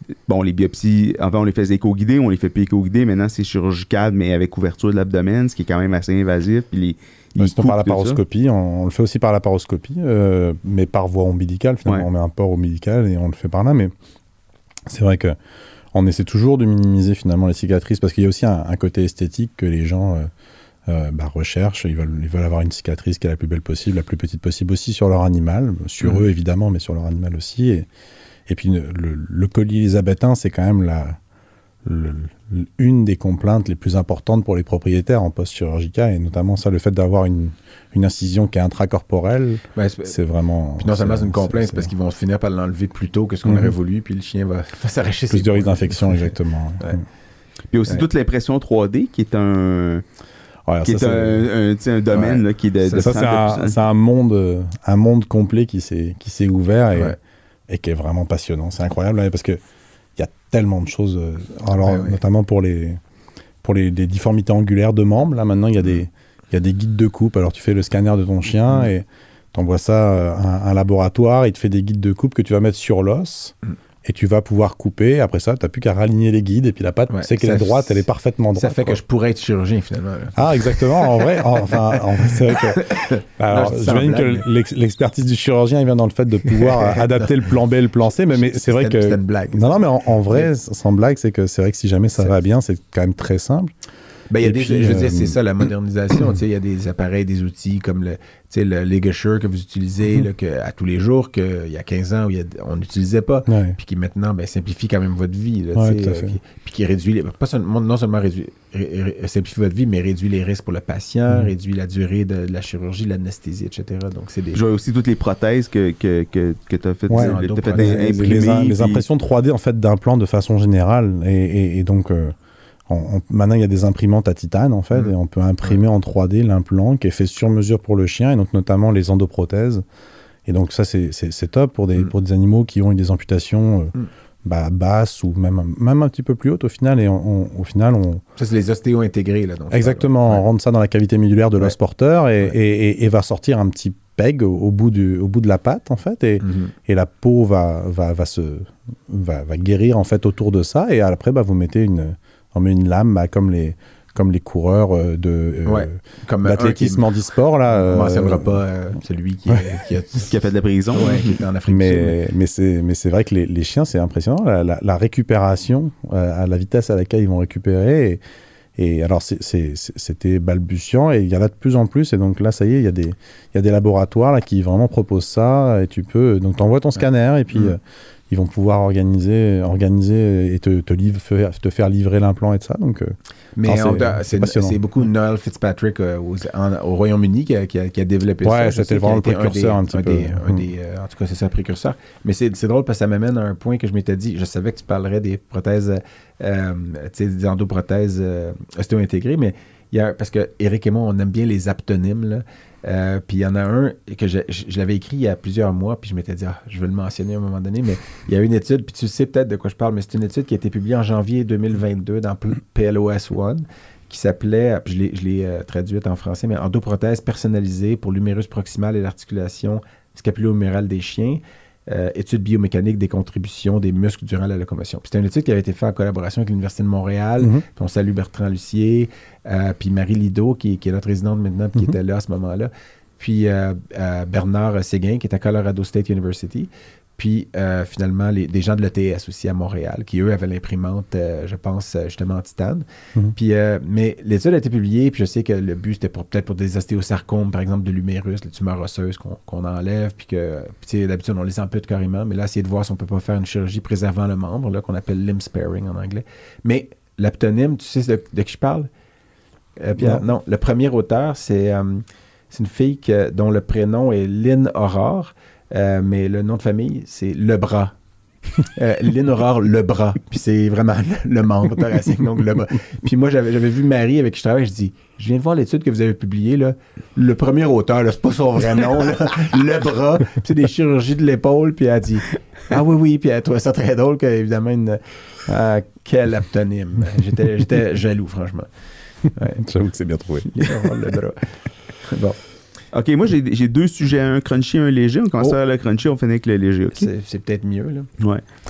bon, les biopsies, avant, on les faisait éco-guidées, on les fait plus éco-guidées. Maintenant, c'est chirurgical, mais avec ouverture de l'abdomen, ce qui est quand même assez invasif. Puis les, les sinon, par la paroscopie, on, on le fait aussi par la paroscopie, euh, mais par voie ombilicale. Finalement, ouais. On met un port ombilical et on le fait par là. Mais c'est vrai que on essaie toujours de minimiser finalement les cicatrices parce qu'il y a aussi un, un côté esthétique que les gens euh, euh, bah, recherchent. Ils veulent, ils veulent avoir une cicatrice qui est la plus belle possible, la plus petite possible aussi sur leur animal, sur mmh. eux évidemment, mais sur leur animal aussi. Et, et puis le, le colis élisabétain, c'est quand même la, le, une des complaintes les plus importantes pour les propriétaires en post-chirurgical, et notamment ça, le fait d'avoir une, une incision qui est intracorporelle, ouais, c'est, c'est vraiment... Puis non seulement c'est une complainte, c'est, c'est parce qu'ils vont finir par l'enlever plus tôt que ce qu'on mmh. aurait voulu, puis le chien va, va s'arracher plus ses de risque d'infection, exactement. Ouais. Mmh. Puis aussi ouais. toute l'impression trois D qui est un... Ouais, qui ça, est, un, un, un domaine ouais. là, qui est de, ça, de ça c'est, un, c'est un monde un monde complet qui s'est, qui s'est ouvert et, ouais. et qui est vraiment passionnant. C'est incroyable hein, parce que il y a tellement de choses. Euh, alors, ouais, ouais. notamment pour les pour les, les difformités angulaires de membres. Là, maintenant, il y a des il y a des guides de coupe. Alors, tu fais le scanner de ton chien mmh. et tu envoies ça à un, un laboratoire. Il te fait des guides de coupe que tu vas mettre sur l'os. Mmh. Et tu vas pouvoir couper. Après ça, tu n'as plus qu'à raligner les guides. Et puis la patte, ouais, tu sais qu'elle est droite, elle est parfaitement droite. Ça fait quoi. que je pourrais être chirurgien, finalement. Là. Ah, exactement. En vrai, en, enfin, en vrai, c'est vrai que... Alors, non, j'imagine que l'ex- l'expertise du chirurgien, il vient dans le fait de pouvoir adapter le plan B et le plan C. Mais, mais c'est vrai que... C'est une blague. Non, non, mais en, en vrai, sans blague, c'est que c'est vrai que si jamais ça c'est... va bien, c'est quand même très simple. Ben, y a des, puis, je veux dire, euh, c'est ça, la modernisation. Il y a des appareils, des outils comme le, le ligature que vous utilisez mm-hmm. là, que, à tous les jours, qu'il y a quinze ans, où y a, on n'utilisait pas, ouais. puis qui maintenant ben, simplifie quand même votre vie. Là, ouais, euh, qui, puis qui réduit, les, pas seulement, non seulement réduit, ré, ré, simplifie votre vie, mais réduit les risques pour le patient, mm-hmm. réduit la durée de, de la chirurgie, de l'anesthésie, et cetera. Donc, c'est des... Je vois aussi toutes les prothèses que, que, que, que tu as faites, ouais, les, fait les, les, les, les impressions trois D en fait, d'implants de façon générale. Et, et, et donc... Euh, On, on, maintenant, il y a des imprimantes à titane, en fait, mmh. et on peut imprimer mmh. en trois D l'implant qui est fait sur mesure pour le chien, et donc notamment les endoprothèses. Et donc ça, c'est, c'est, c'est top pour des, mmh. pour des animaux qui ont eu des amputations euh, mmh. bah, basses ou même, même un petit peu plus hautes au final. Et on, on, au final, on... Ça, c'est les ostéos intégrés, là. Donc exactement, ouais. On rentre ça dans la cavité médulaire de ouais. l'os porteur et, ouais. et, et, et va sortir un petit peg au, au, bout, du, au bout de la patte, en fait, et, mmh. et la peau va, va, va, se, va, va guérir, en fait, autour de ça. Et après, bah, vous mettez une... On met une lame bah, comme, les, comme les coureurs euh, de, euh, ouais, comme d'athlétisme handisport. Là, on ne mentionnera pas euh, celui qui, ouais. qui, a, qui a fait de la prison. Ouais, qui était en Afrique mais, du Sud. Mais c'est, mais c'est vrai que les, les chiens, c'est impressionnant. La, la, la récupération, euh, à la vitesse à laquelle ils vont récupérer. Et, et alors, c'est, c'est, c'était balbutiant et il y en a de plus en plus. Et donc là, ça y est, il y a des, il y a des laboratoires là, qui vraiment proposent ça. Et tu peux... Donc, tu envoies ton scanner et puis... Mmh. Euh, ils vont pouvoir organiser, organiser et te, te, livre, te faire livrer l'implant et tout ça. Donc, mais non, c'est, c'est, c'est beaucoup Noel Fitzpatrick euh, aux, en, au Royaume-Uni qui a, qui a, qui a développé ouais, ça. Ouais, c'était vraiment le précurseur un, des, un petit un peu. Des, un des, euh, en tout cas, c'est ça, le précurseur. Mais c'est, c'est drôle parce que ça m'amène à un point que je m'étais dit. Je savais que tu parlerais des prothèses, euh, tu sais, des endoprothèses euh, ostéo-intégrées, mais il y a, parce que Eric et moi, on aime bien les aptonymes, là. Euh, puis il y en a un que je, je, je l'avais écrit il y a plusieurs mois, puis je m'étais dit, ah, je vais le mentionner à un moment donné, mais il y a une étude, puis tu sais peut-être de quoi je parle, mais c'est une étude qui a été publiée en janvier deux mille vingt-deux dans P L O S un, qui s'appelait, puis je l'ai, je l'ai euh, traduite en français, mais endoprothèse personnalisée pour l'humérus proximal et l'articulation scapulo-humérale des chiens. Euh, étude biomécanique des contributions des muscles durant la locomotion. Puis c'était une étude qui avait été faite en collaboration avec l'Université de Montréal. Mm-hmm. Puis on salue Bertrand Lucier, euh, puis Marie Lido, qui, qui est notre résidente maintenant, puis mm-hmm. qui était là à ce moment-là. Puis euh, euh, Bernard Séguin, qui est à Colorado State University. Puis euh, finalement, les, des gens de l'E T S aussi à Montréal, qui eux avaient l'imprimante, euh, je pense, justement en titane. Mm-hmm. Puis, euh, mais l'étude a été publiée, puis je sais que le but c'était pour, peut-être pour des ostéosarcomes, par exemple de l'humérus, les tumeurs osseuses qu'on, qu'on enlève, puis que puis d'habitude on les ampute carrément, mais là, essayer de voir si on peut pas faire une chirurgie préservant le membre, là, qu'on appelle limb sparing en anglais. Mais l'aptonyme, tu sais de, de qui je parle? Euh, Pierre, non. non, le premier auteur, c'est, euh, c'est une fille que, dont le prénom est Lynn Aurore. Euh, mais le nom de famille, c'est Lebras. euh, Lynn Aurore Lebras. Puis c'est vraiment le, le membre thoracique, donc Lebras. Puis moi, j'avais, j'avais vu Marie avec qui je travaille, je dis, je viens de voir l'étude que vous avez publiée, là. Le premier auteur, là, c'est pas son vrai nom, là. Lebras. Puis c'est des chirurgies de l'épaule, puis elle a dit, ah oui, oui, puis elle trouvait ça très drôle, qu'évidemment, une... Ah, quel aptonyme. J'étais, j'étais jaloux, franchement. Ouais. J'avoue que c'est bien trouvé. Lebras. Bon. OK, moi, j'ai, j'ai deux sujets, un crunchy et un léger. On commence oh. à le crunchy, on finit avec le léger. Okay? C'est, c'est peut-être mieux, là. Ouais.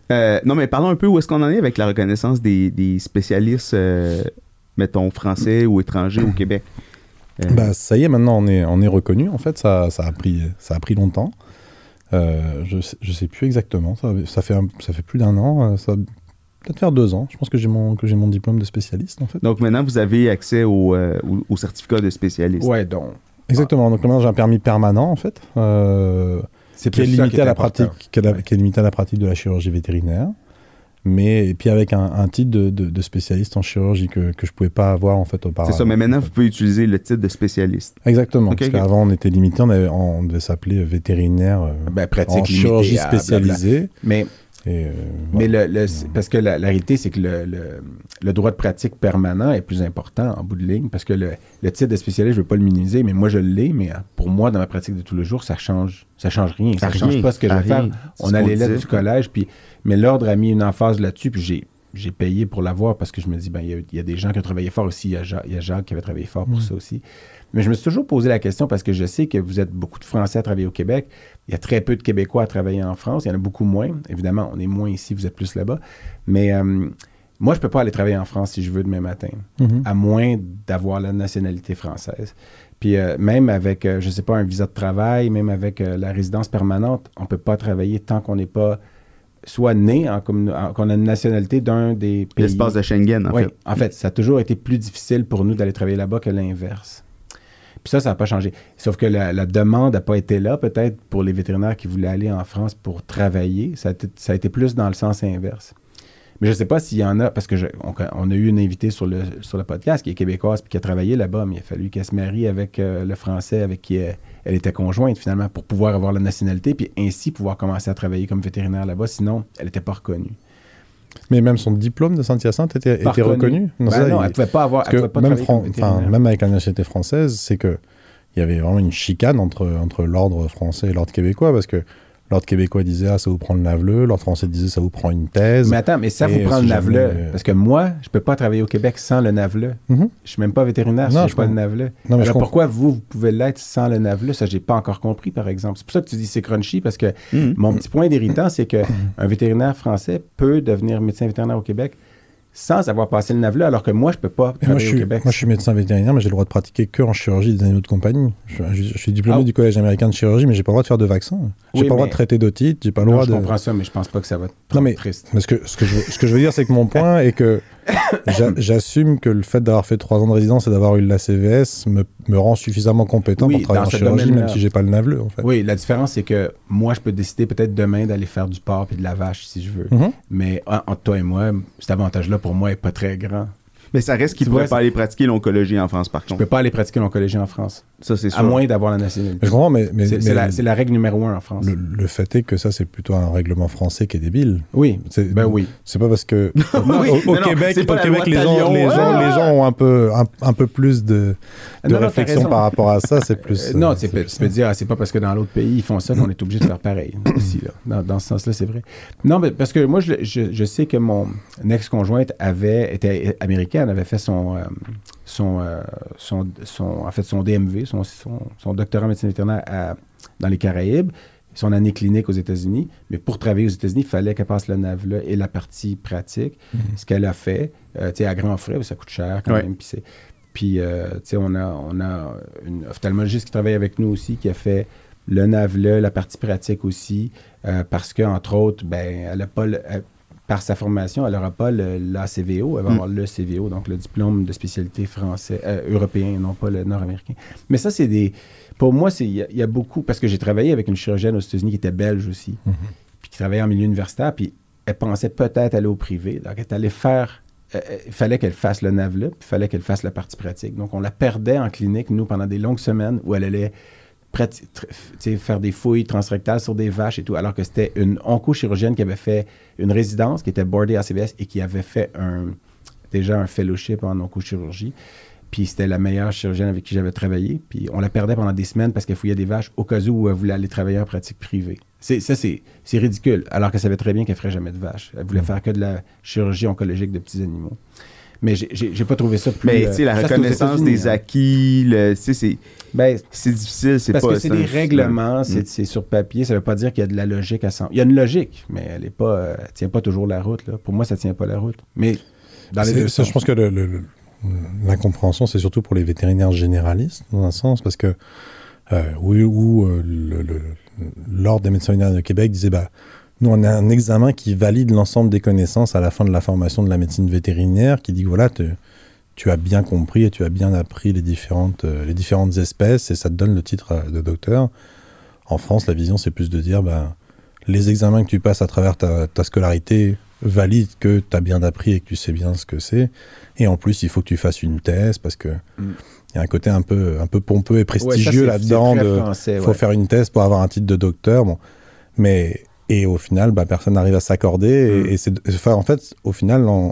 Euh, non, mais parlons un peu où est-ce qu'on en est avec la reconnaissance des, des spécialistes, euh, mettons, français ou étrangers au Québec. Euh, Bah, ça y est, maintenant, on est, on est reconnu. En fait, ça, ça, a, pris, ça a pris longtemps. Euh, je ne sais plus exactement. Ça, ça, fait, un, ça fait plus d'un an. Ça va peut-être faire deux ans. Je pense que j'ai mon, que j'ai mon diplôme de spécialiste, en fait. Donc, maintenant, vous avez accès au, euh, au, au certificat de spécialiste. Ouais, donc. Exactement. Donc, maintenant, j'ai un permis permanent, en fait. Euh, C'est qui est, plus ça limité qui est à la important. pratique, qui est, la- Ouais. qui est limité à la pratique de la chirurgie vétérinaire. Mais, et puis avec un, un titre de, de, de spécialiste en chirurgie que, que je ne pouvais pas avoir en fait auparavant. C'est ça, mais maintenant, vous pouvez utiliser le titre de spécialiste. Exactement. Ok, parce ok. qu'avant, on était limité, on, avait- on devait s'appeler vétérinaire euh, Ben, pratique en limitée chirurgie à blabla. spécialisée. Mais, Et, euh, mais voilà. le, le- c'est- parce que la, la réalité, c'est que le, le, le droit de pratique permanent est plus important en bout de ligne, parce que le, le titre de spécialiste, je ne veux pas le minimiser, mais moi, je l'ai, mais euh, pour moi, dans ma pratique de tous les jours, ça change, ça change rien. Ça ne Rien, change pas ce que je vais rien. faire. C'est On ce a qu'on les lettres disait. du collège, puis, mais l'ordre a mis une emphase là-dessus, puis j'ai j'ai payé pour l'avoir parce que je me dis, ben il y, a- il y a des gens qui ont travaillé fort aussi. Il y a, Ja- il y a Jacques qui avait travaillé fort pour Mm. ça aussi. Mais je me suis toujours posé la question parce que je sais que vous êtes beaucoup de Français à travailler au Québec. Il y a très peu de Québécois à travailler en France. Il y en a beaucoup moins. Évidemment, on est moins ici, vous êtes plus là-bas. Mais euh, moi, je ne peux pas aller travailler en France si je veux demain matin, Mhm. à moins d'avoir la nationalité française. Puis euh, même avec, euh, je ne sais pas, un visa de travail, même avec euh, la résidence permanente, on ne peut pas travailler tant qu'on n'est pas soit né, en, commun- en- qu'on a une nationalité d'un des pays. L'espace de Schengen, en Oui, fait. en fait, ça a toujours été plus difficile pour nous d'aller travailler là-bas que l'inverse. Puis ça, ça n'a pas changé. Sauf que la, la demande n'a pas été là, peut-être, pour les vétérinaires qui voulaient aller en France pour travailler. Ça a été, ça a été plus dans le sens inverse. Mais je ne sais pas s'il y en a, parce que je- on, on a eu une invitée sur le, sur le podcast qui est québécoise puis qui a travaillé là-bas, mais il a fallu qu'elle se marie avec euh, le Français avec qui elle, elle était conjointe, finalement, pour pouvoir avoir la nationalité puis ainsi pouvoir commencer à travailler comme vétérinaire là-bas. Sinon, elle n'était pas reconnue. Mais même son diplôme de Saint-Hyacinthe était, Pas était reconnu. Ben ça, non, il- elle ne pouvait pas avoir. parce Elle que pouvait pas même, travailler Fran- comme enfin, vétérinaire. même avec la nationalité française, c'est que il y avait vraiment une chicane entre, entre l'ordre français et l'ordre québécois, parce que l'ordre québécois disait « Ah, ça vous prend le naveleux », l'ordre français disait « Ça vous prend une thèse Mais attends, mais ça Et vous prend si le jamais, naveleux. euh, Parce que moi, je peux pas travailler au Québec sans le naveleux. Mhm. Je suis même pas vétérinaire si Non, j'ai je pas le comprends. naveleux. Non, mais je Alors comprends. pourquoi vous, vous pouvez l'être sans le naveleux? Ça, j'ai pas encore compris, par exemple. C'est pour ça que tu dis c'est crunchy, parce que Mhm. mon petit point d'irritant, c'est que un vétérinaire français peut devenir médecin vétérinaire au Québec sans avoir passé le naveleux, alors que moi, je peux pas Et moi, travailler je au suis, Québec. moi, je suis médecin vétérinaire, mais j'ai le droit de pratiquer que en chirurgie des animaux de compagnie. Je, je- je suis diplômé Ah. du Collège américain de chirurgie, mais j'ai pas le droit de faire de vaccins. J'ai Oui, pas le droit mais- de traiter d'otite, j'ai pas le Non, droit je de... comprends ça, mais je pense pas que ça va te Non, mais, triste. mais ce, que, ce, que je, veux- ce que je veux dire, c'est que mon point est que j'a- j'assume que le fait d'avoir fait trois ans de résidence et d'avoir eu l'A C V S me, me rend suffisamment compétent Oui, pour travailler dans en ce chirurgie, domaine-là. même si j'ai pas le naveleux, en fait. Oui, la différence, c'est que moi, je peux décider peut-être demain d'aller faire du porc et de la vache, si je veux. Mhm. Mais en- entre toi et moi, cet avantage-là, pour moi, est pas très grand. Mais ça reste qu'il Tu ne pourrait vois, pas aller pratiquer l'oncologie en France, par Je contre. peux pas aller pratiquer l'oncologie en France, Ça, c'est sûr. à moins d'avoir la nationalité. Mais je comprends, mais, mais, C'est mais c'est la, c'est la règle numéro un en France. le, le fait est que ça, c'est plutôt un règlement français qui est débile. Oui, C'est- ben oui. C'est pas parce que Non, oui, au, au mais non, Québec, c'est pas au la Québec, loi les gens, Talion. les, gens, Ouais, les ouais. gens ont un peu, un, un peu plus de, de Non, non, t'as réflexion raison. par rapport à ça. C'est plus. Euh, non, euh, tu c'est peux, plus tu peux dire, ah, c'est pas parce que dans l'autre pays, ils font ça qu'on est obligé de faire pareil aussi. Là. Dans, dans ce sens-là, c'est vrai. Non, mais parce que moi, je, je, je sais que mon ex-conjointe avait, était américaine, avait fait son, euh, son, euh, son, son, en fait, son D M V, son, son, son doctorat en médecine vétérinaire à- dans les Caraïbes, son année clinique aux États-Unis. Mais pour travailler aux États-Unis, il fallait qu'elle passe le NAVLA et la partie pratique. Mhm. Ce qu'elle a fait, euh, tu sais, à grands frais, ça coûte cher quand Ouais. même. Puis c'est- Puis, euh, tu sais, on a, on a une ophtalmologiste qui travaille avec nous aussi, qui a fait le NAVLA, la partie pratique aussi, euh, parce qu'entre autres, ben, elle a pas le- elle- par sa formation, elle n'aura pas l'A C V O, elle va Mm. avoir le C V O, donc le diplôme de spécialité français, euh, européen, non pas le nord-américain. Mais ça, c'est des... Pour moi, c'est- il y, a- il y a beaucoup... Parce que j'ai travaillé avec une chirurgienne aux États-Unis qui était belge aussi, Mhm. puis qui travaillait en milieu universitaire, puis elle pensait peut-être aller au privé. Donc, elle est allée faire... euh, il fallait qu'elle fasse le NAVLA, puis il fallait qu'elle fasse la partie pratique. Donc, on la perdait en clinique, nous, pendant des longues semaines où elle allait prati- tr- f- tu sais, faire des fouilles transrectales sur des vaches et tout, alors que c'était une oncochirurgienne qui avait fait une résidence, qui était boardée à C V S et qui avait fait un, déjà un fellowship en oncochirurgie. Puis c'était la meilleure chirurgienne avec qui j'avais travaillé. Puis on la perdait pendant des semaines parce qu'elle fouillait des vaches au cas où elle voulait aller travailler en pratique privée. C'est, ça, c'est, c'est ridicule, alors qu'elle savait très bien qu'elle ne ferait jamais de vaches. Elle voulait Mm. faire que de la chirurgie oncologique de petits animaux. Mais j'ai, j'ai, j'ai pas trouvé ça plus... Mais tu sais, la ça, reconnaissance des hein. acquis, le, tu sais, c'est, ben, c'est difficile. C'est parce pas, que c'est c'est des un, règlements, un, c'est, c'est sur papier, ça veut pas dire qu'il y a de la logique à cent. Il y a une logique, mais elle est pas, euh, elle tient pas toujours la route. Là. Pour moi, ça tient pas la route. Mais dans les deux ça, sens. je pense que le, le, le, l'incompréhension, c'est surtout pour les vétérinaires généralistes, dans un sens, parce que euh, oui, où euh, le, le, l'Ordre des médecins vétérinaires de Québec disait, bah, nous, on a un examen qui valide l'ensemble des connaissances à la fin de la formation de la médecine vétérinaire, qui dit que voilà, te, tu as bien compris et tu as bien appris les différentes, euh, les différentes espèces et ça te donne le titre de docteur. En France, la vision, c'est plus de dire, bah, les examens que tu passes à travers ta, ta scolarité valident que tu as bien appris et que tu sais bien ce que c'est. Et en plus, il faut que tu fasses une thèse parce que il mm. y a un côté un peu, un peu pompeux et prestigieux ouais, ça, là-dedans. Il faut ouais. faire une thèse pour avoir un titre de docteur. Bon. Mais... Et au final, bah, personne n'arrive à s'accorder. Mmh. Et, et c'est, enfin, en fait, au final, on,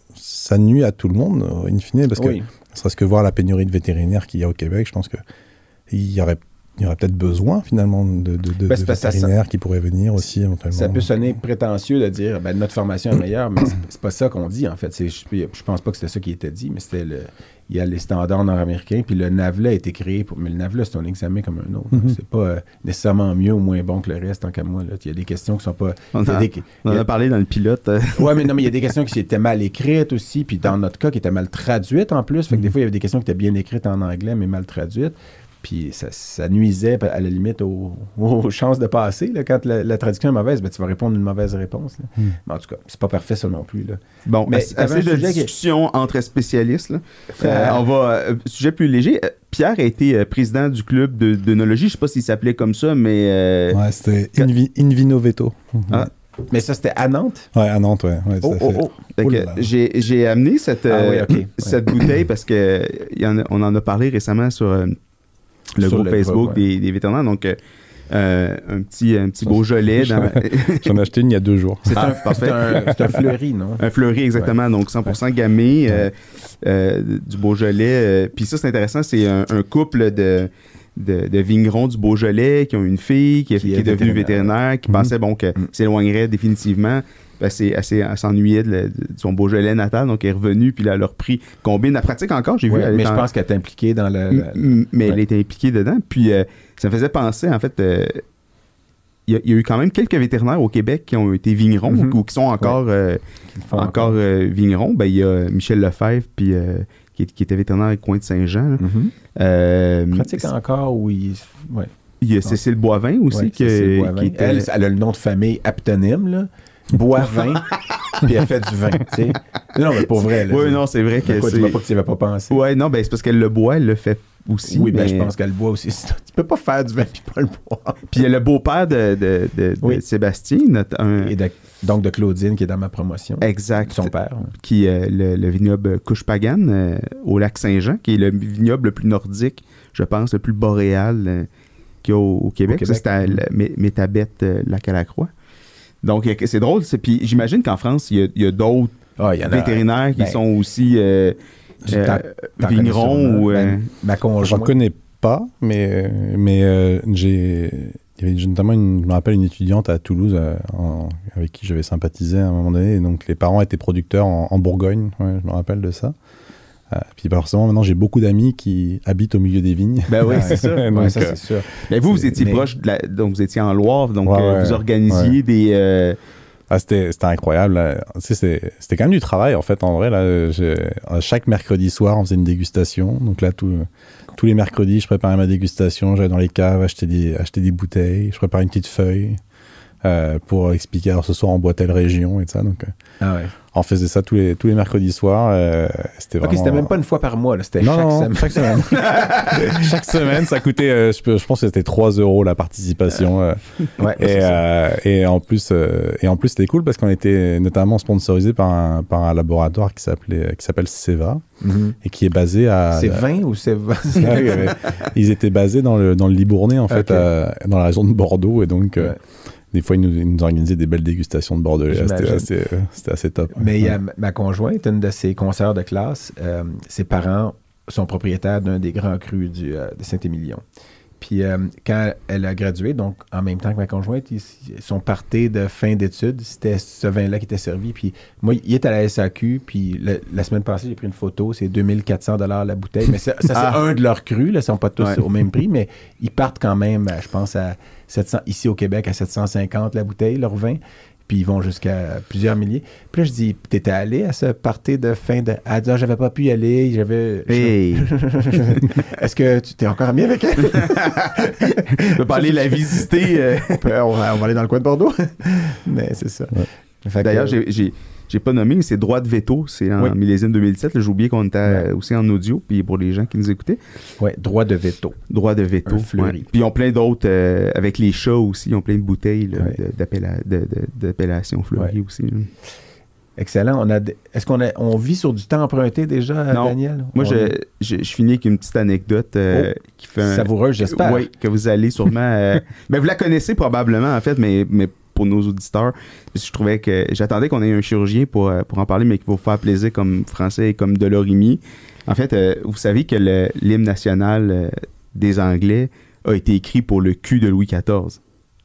ça nuit à tout le monde, in fine, parce que, oui. ne serait-ce que voir la pénurie de vétérinaires qu'il y a au Québec, je pense qu'il y aurait, il y aurait peut-être besoin, finalement, de, de, de, ben, de vétérinaires ça, qui pourraient venir aussi, éventuellement. Ça peut sonner prétentieux de dire, ben, notre formation est meilleure, mais c'est, c'est pas ça qu'on dit, en fait. C'est, je, je pense pas que c'était ça qui était dit, mais c'était le... Il y a les standards nord-américains, puis le N A V L A a été créé pour... Mais le N A V L A, c'est un examen comme un autre. Mm-hmm. C'est pas euh, nécessairement mieux ou moins bon que le reste, tant qu'à moi. Là. Il y a des questions qui sont pas... On, a, des... on en a, a parlé dans le pilote. Oui, mais non, mais il y a des questions qui étaient mal écrites aussi, puis dans notre cas, qui étaient mal traduites en plus. Fait que mm-hmm. des fois, il y avait des questions qui étaient bien écrites en anglais, mais mal traduites. Puis ça, ça nuisait à la limite aux, aux chances de passer. Là. Quand la, la traduction est mauvaise, ben, tu vas répondre une mauvaise réponse. Là. Mm. Mais en tout cas, c'est pas parfait ça non plus. Là. Bon, mais assez de discussion qui... entre spécialistes. Là. Euh, on va, euh, sujet plus léger. Pierre a été euh, président du club de, d'œnologie. Je sais pas s'il s'appelait comme ça, mais... Euh, ouais, c'était Invi, Invino Veto. Ah. Mais ça, c'était à Nantes? Oui, à Nantes, oui. Ouais, oh, oh, oh. oh j'ai, j'ai amené cette, ah, euh, oui, okay. cette ouais. bouteille parce qu'on en a parlé récemment sur... Euh, le sur groupe le Facebook groupe, ouais. des, des vétérinaires. Donc, euh, un petit, un petit Beaujolais. Dans... J'en ai acheté une il y a deux jours. C'est, ah, un, c'est, un, c'est un fleuri, non? Un fleuri, exactement. Ouais. Donc, cent pour cent ouais. gamay, ouais. euh, euh, du Beaujolais. Euh, Puis ça, c'est intéressant. C'est un, un couple de, de, de vignerons du Beaujolais qui ont une fille qui, qui, est, qui est devenue vétérinaire, qui mm-hmm. pensait bon, que mm-hmm. s'éloignerait définitivement. Ben, c'est assez, elle s'ennuyait de, de, de son Beaujolais natal, donc elle est revenue, puis là, elle a repris, combine la pratique encore, j'ai ouais, vu. Elle mais je en... pense qu'elle est impliquée dans le... le... M- mais ouais. elle était impliquée dedans, puis euh, ça me faisait penser, en fait, il euh, y, y a eu quand même quelques vétérinaires au Québec qui ont été vignerons, mm-hmm. ou, ou qui sont encore, ouais. euh, encore, encore. Euh, vignerons. Ben, il y a Michel Lefebvre, puis euh, qui, qui était vétérinaire avec Coin de Saint-Jean. Mm-hmm. Euh, pratique encore, oui. Ouais. Il y a Cécile Boivin aussi, ouais, qui, Cécile Boivin. qui était... Elle, elle a le nom de famille aptonyme, là. Boivin, puis elle fait du vin, tu sais. Non, mais pour vrai. Là, oui, non, c'est vrai que quoi, c'est... Tu vois pas que tu n'y avais pas pensé. Oui, non, ben c'est parce qu'elle le boit, elle le fait aussi. Oui, mais... ben je pense qu'elle le boit aussi. Tu peux pas faire du vin puis pas le boire. Puis il y a le beau-père de, de, de, oui. de Sébastien. Notre, un... Et de, donc de Claudine, qui est dans ma promotion. Exact. Son père. Ouais. Qui est le, le vignoble Couche-Pagane, euh, au lac Saint-Jean, qui est le vignoble le plus nordique, je pense, le plus boréal euh, qu'il y a au, au Québec. Au Québec. Ça, c'est à le, Métabette, euh, Lac-à-la-Croix. Donc, c'est drôle. C'est, puis j'imagine qu'en France, il y a, il y a d'autres ah, il y vétérinaires qui ben, sont aussi euh, euh, t'en, t'en vignerons. Ou, euh... ben, ma conjointe. Je ne connais pas, mais, mais euh, j'ai... Il y avait notamment, une, je me rappelle, une étudiante à Toulouse euh, en, avec qui j'avais sympathisé à un moment donné. Et donc, les parents étaient producteurs en, en Bourgogne. Ouais, je me rappelle de ça. Euh, puis forcément, maintenant, j'ai beaucoup d'amis qui habitent au milieu des vignes. Ben oui, c'est ça. donc, ouais, ça, c'est sûr. Mais vous, vous étiez mais... proche, de la, donc vous étiez en Loire, donc ouais, euh, vous organisiez ouais. des... Euh... Ah, c'était, c'était incroyable. Là. Tu sais, c'était, c'était quand même du travail, en fait, en vrai. Là, j'ai, chaque mercredi soir, on faisait une dégustation. Donc là, tout, tous les mercredis, je préparais ma dégustation. J'allais dans les caves, acheter des, acheter des bouteilles. Je préparais une petite feuille euh, pour expliquer, alors ce soir, on boit telle région et ça. Donc, ah ouais. On faisait ça tous les, tous les mercredis soirs. Euh, c'était okay, vraiment... c'était même pas une fois par mois, là. C'était non, chaque, non, semaine. chaque semaine. Chaque semaine, ça coûtait, euh, je, je pense que c'était trois euros la participation. Euh, ouais, et, euh, et, en plus, euh, et en plus, c'était cool parce qu'on était notamment sponsorisé par un, par un laboratoire qui, s'appelait, qui s'appelle Ceva mm-hmm. et qui est basé à... C'est vin ou c'est vin? Ils étaient basés dans le, dans le Libournais, en fait, okay. à, dans la région de Bordeaux. Et donc... Ouais. Des fois, ils nous, ils nous organisaient des belles dégustations de Bordeaux. C'était assez, c'était assez top. Mais il ouais. y a ma conjointe, une de ses consoeurs de classe, euh, ses parents sont propriétaires d'un des grands crus du, euh, de Saint-Émilion. Puis euh, quand elle a gradué, donc en même temps que ma conjointe, ils, ils sont partis de fin d'études. C'était ce vin-là qui était servi. Puis moi, il est à la S A Q. Puis le, la semaine passée, j'ai pris une photo. C'est deux mille quatre cents dollars la bouteille. Mais ça, ça Ah. c'est un de leurs crus. Là, ils ne sont pas tous Ouais. au même prix. Mais ils partent quand même, je pense, à sept cents, ici au Québec, à sept cent cinquante la bouteille, leur vin. Puis ils vont jusqu'à plusieurs milliers. Puis là, je dis, t'étais allé à ce party de fin de... Elle dit, ah, j'avais pas pu y aller, j'avais... Hey! Est-ce que tu t'es encore ami avec elle? Je peux pas aller la visiter. euh. on, peut- on va, on va aller dans le coin de Bordeaux. Mais c'est ça. Fait que- D'ailleurs, j'ai, j'ai, j'ai pas nommé, mais c'est droit de veto. C'est en Oui. millésime deux mille dix-sept. Là, j'ai oublié qu'on était Ouais. euh, aussi en audio. Puis pour les gens qui nous écoutaient, Ouais, droit de veto. droit de veto. Un fleuri. Ouais. Puis ils ont plein d'autres, euh, avec les chats aussi, ils ont plein de bouteilles là, Ouais. de- d'appella- de- de- d'appellations fleuries Ouais. aussi. là. Excellent. On a, de- est-ce qu'on a, on vit sur du temps emprunté déjà, Non. Daniel? Moi, On je, est je, je finis avec une petite anecdote euh, qui fait un... Savoureuse, j'espère. Oui, que vous allez sûrement... euh, ben, vous la connaissez probablement, en fait, mais, mais pour nos auditeurs, parce que je trouvais que... J'attendais qu'on ait un chirurgien pour, euh, pour en parler, mais qui va vous faire plaisir comme français et comme Delorimi. En fait, euh, vous savez que le- l'hymne national euh, des Anglais a été écrit pour le cul de Louis quatorze.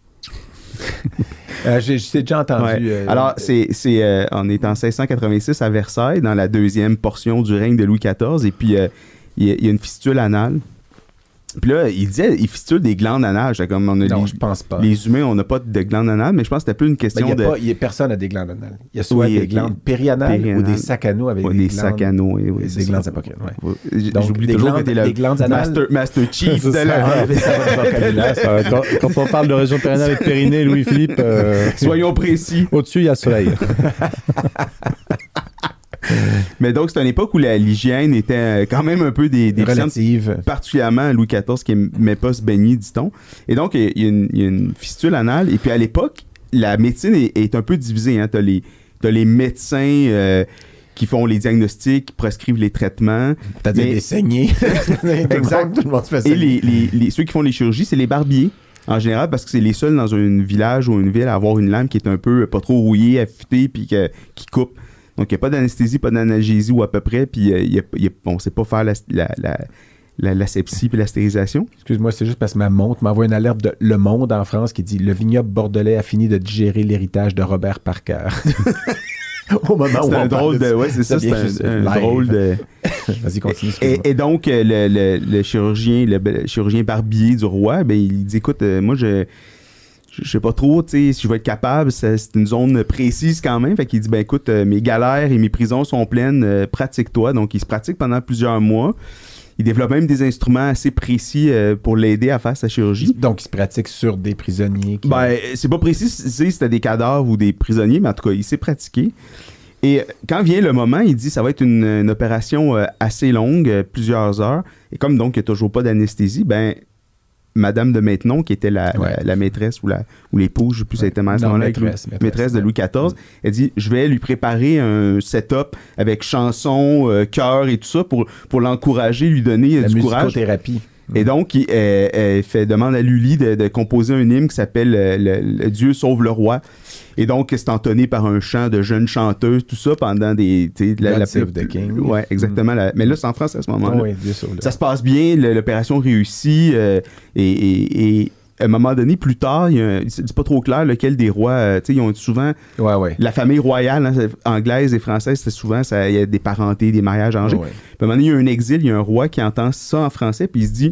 Euh, j'ai, j'ai déjà entendu. Ouais. euh, Alors, c'est, c'est, euh, on est en seize cent quatre-vingt-six à Versailles, dans la deuxième portion du règne de Louis quatorze, et puis euh, il y, a- il y a une fistule anale. Puis là, il disait, il fistule des glandes anales. J'étais comme on a non, les, je pense pas. les humains, on n'a pas de glandes anales, mais je pense que c'était plus une Ben, question il y a de... pas, il y a personne n'a des glandes anales. Il y a soit Oui, des ok. glandes périanales, Périanales. ou des sacs anneaux avec Ouais, des, des glandes. sacs anneaux, oui, oui, des c'est ça. glandes apocrines, ouais. Ouais. Donc, J'oublie des toujours glandes- que t'es le des glandes anales. Master, Master Chief C'est de ça. la... Ah, mais ça va de vocabulaire, ça. Euh, quand, quand on parle de région périnée avec Périnée, Louis-Philippe, euh, Soyons précis. au-dessus, il y a soleil. Mais donc, c'est une époque où la- l'hygiène était euh, quand même un peu des, des Relative. particulièrement à Louis quatorze qui n'aimait pas se baigner, dit-on. Et donc, il y, a une- il y a une fistule anale. Et puis, à l'époque, la médecine est, est un peu divisée. Hein. Tu as les, t'as les médecins euh, qui font les diagnostics, qui prescrivent les traitements. C'est-à-dire Mais- des saignées. Exact. Tout le monde se fait Et saigner. les, les- les- ceux qui font les chirurgies, c'est les barbiers. En général, parce que c'est les seuls dans un village ou une ville à avoir une lame qui est un peu euh, pas trop rouillée, affûtée, puis que- qui coupe. Donc, il n'y a pas d'anesthésie, pas d'analgésie ou à peu près, puis euh, il y a- il y a- on ne sait pas faire la, la, la, la, l'asepsie puis la stérilisation. Excuse-moi, c'est juste parce que ma montre m'envoie une alerte de Le Monde en France qui dit « Le vignoble bordelais a fini de digérer l'héritage de Robert Parker. » Au moment où C'est on un parle drôle de... ça. Ouais, c'est ça, Ça c'est vient juste un, un live. drôle de... Vas-y, continue, excuse-moi. Et, et donc, euh, le, le, le chirurgien le, le chirurgien barbier du roi, ben, il dit, écoute, euh, moi, je... Je sais pas trop, tu sais, si je vais être capable, c'est, c'est une zone précise quand même. Fait qu'il dit, ben écoute, euh, mes galères et mes prisons sont pleines, euh, pratique-toi. Donc, il se pratique pendant plusieurs mois. Il développe même des instruments assez précis euh, pour l'aider à faire sa chirurgie. Donc, il se pratique sur des prisonniers. Qui... Ben, c'est pas précis si si c'était des cadavres ou des prisonniers, mais en tout cas, il s'est pratiqué. Et quand vient le moment, il dit ça va être une, une opération euh, assez longue, euh, plusieurs heures. Et comme donc il n'y a toujours pas d'anesthésie, ben Madame de Maintenon, qui était la, Ouais. la, la maîtresse ou, la, ou l'épouse, je sais plus si Ouais. c'était à ce Non, moment-là, avec Louis- maîtresse, maîtresse. maîtresse de Louis quatorze, elle dit je vais lui préparer un setup avec chansons, euh, chœurs et tout ça pour, pour l'encourager, lui donner euh, la du courage. musicothérapie. Et donc, il, elle, elle fait demande à Lully de, de composer un hymne qui s'appelle euh, le, le Dieu sauve le roi. Et donc, c'est entonné par un chant de jeunes chanteuses, tout ça pendant des. tu sais, God Save the King. Ouais, exactement. la- mais là, c'est en France à ce Oh, moment-là. oui, bien sûr. là. Ça se passe bien, le- l'opération réussit. euh, et, et- et à un moment donné, plus tard, il y a un- c'est c'est pas trop clair lequel des rois. euh, tu sais, ils ont souvent. Ouais, ouais. La famille royale, hein, c'est- anglaise et française, c'est souvent, ça- il y a des parentés, des mariages arrangés. Ouais, ouais. Puis à un moment donné, il y a un exil, il y a un roi qui entend ça en français, puis il se dit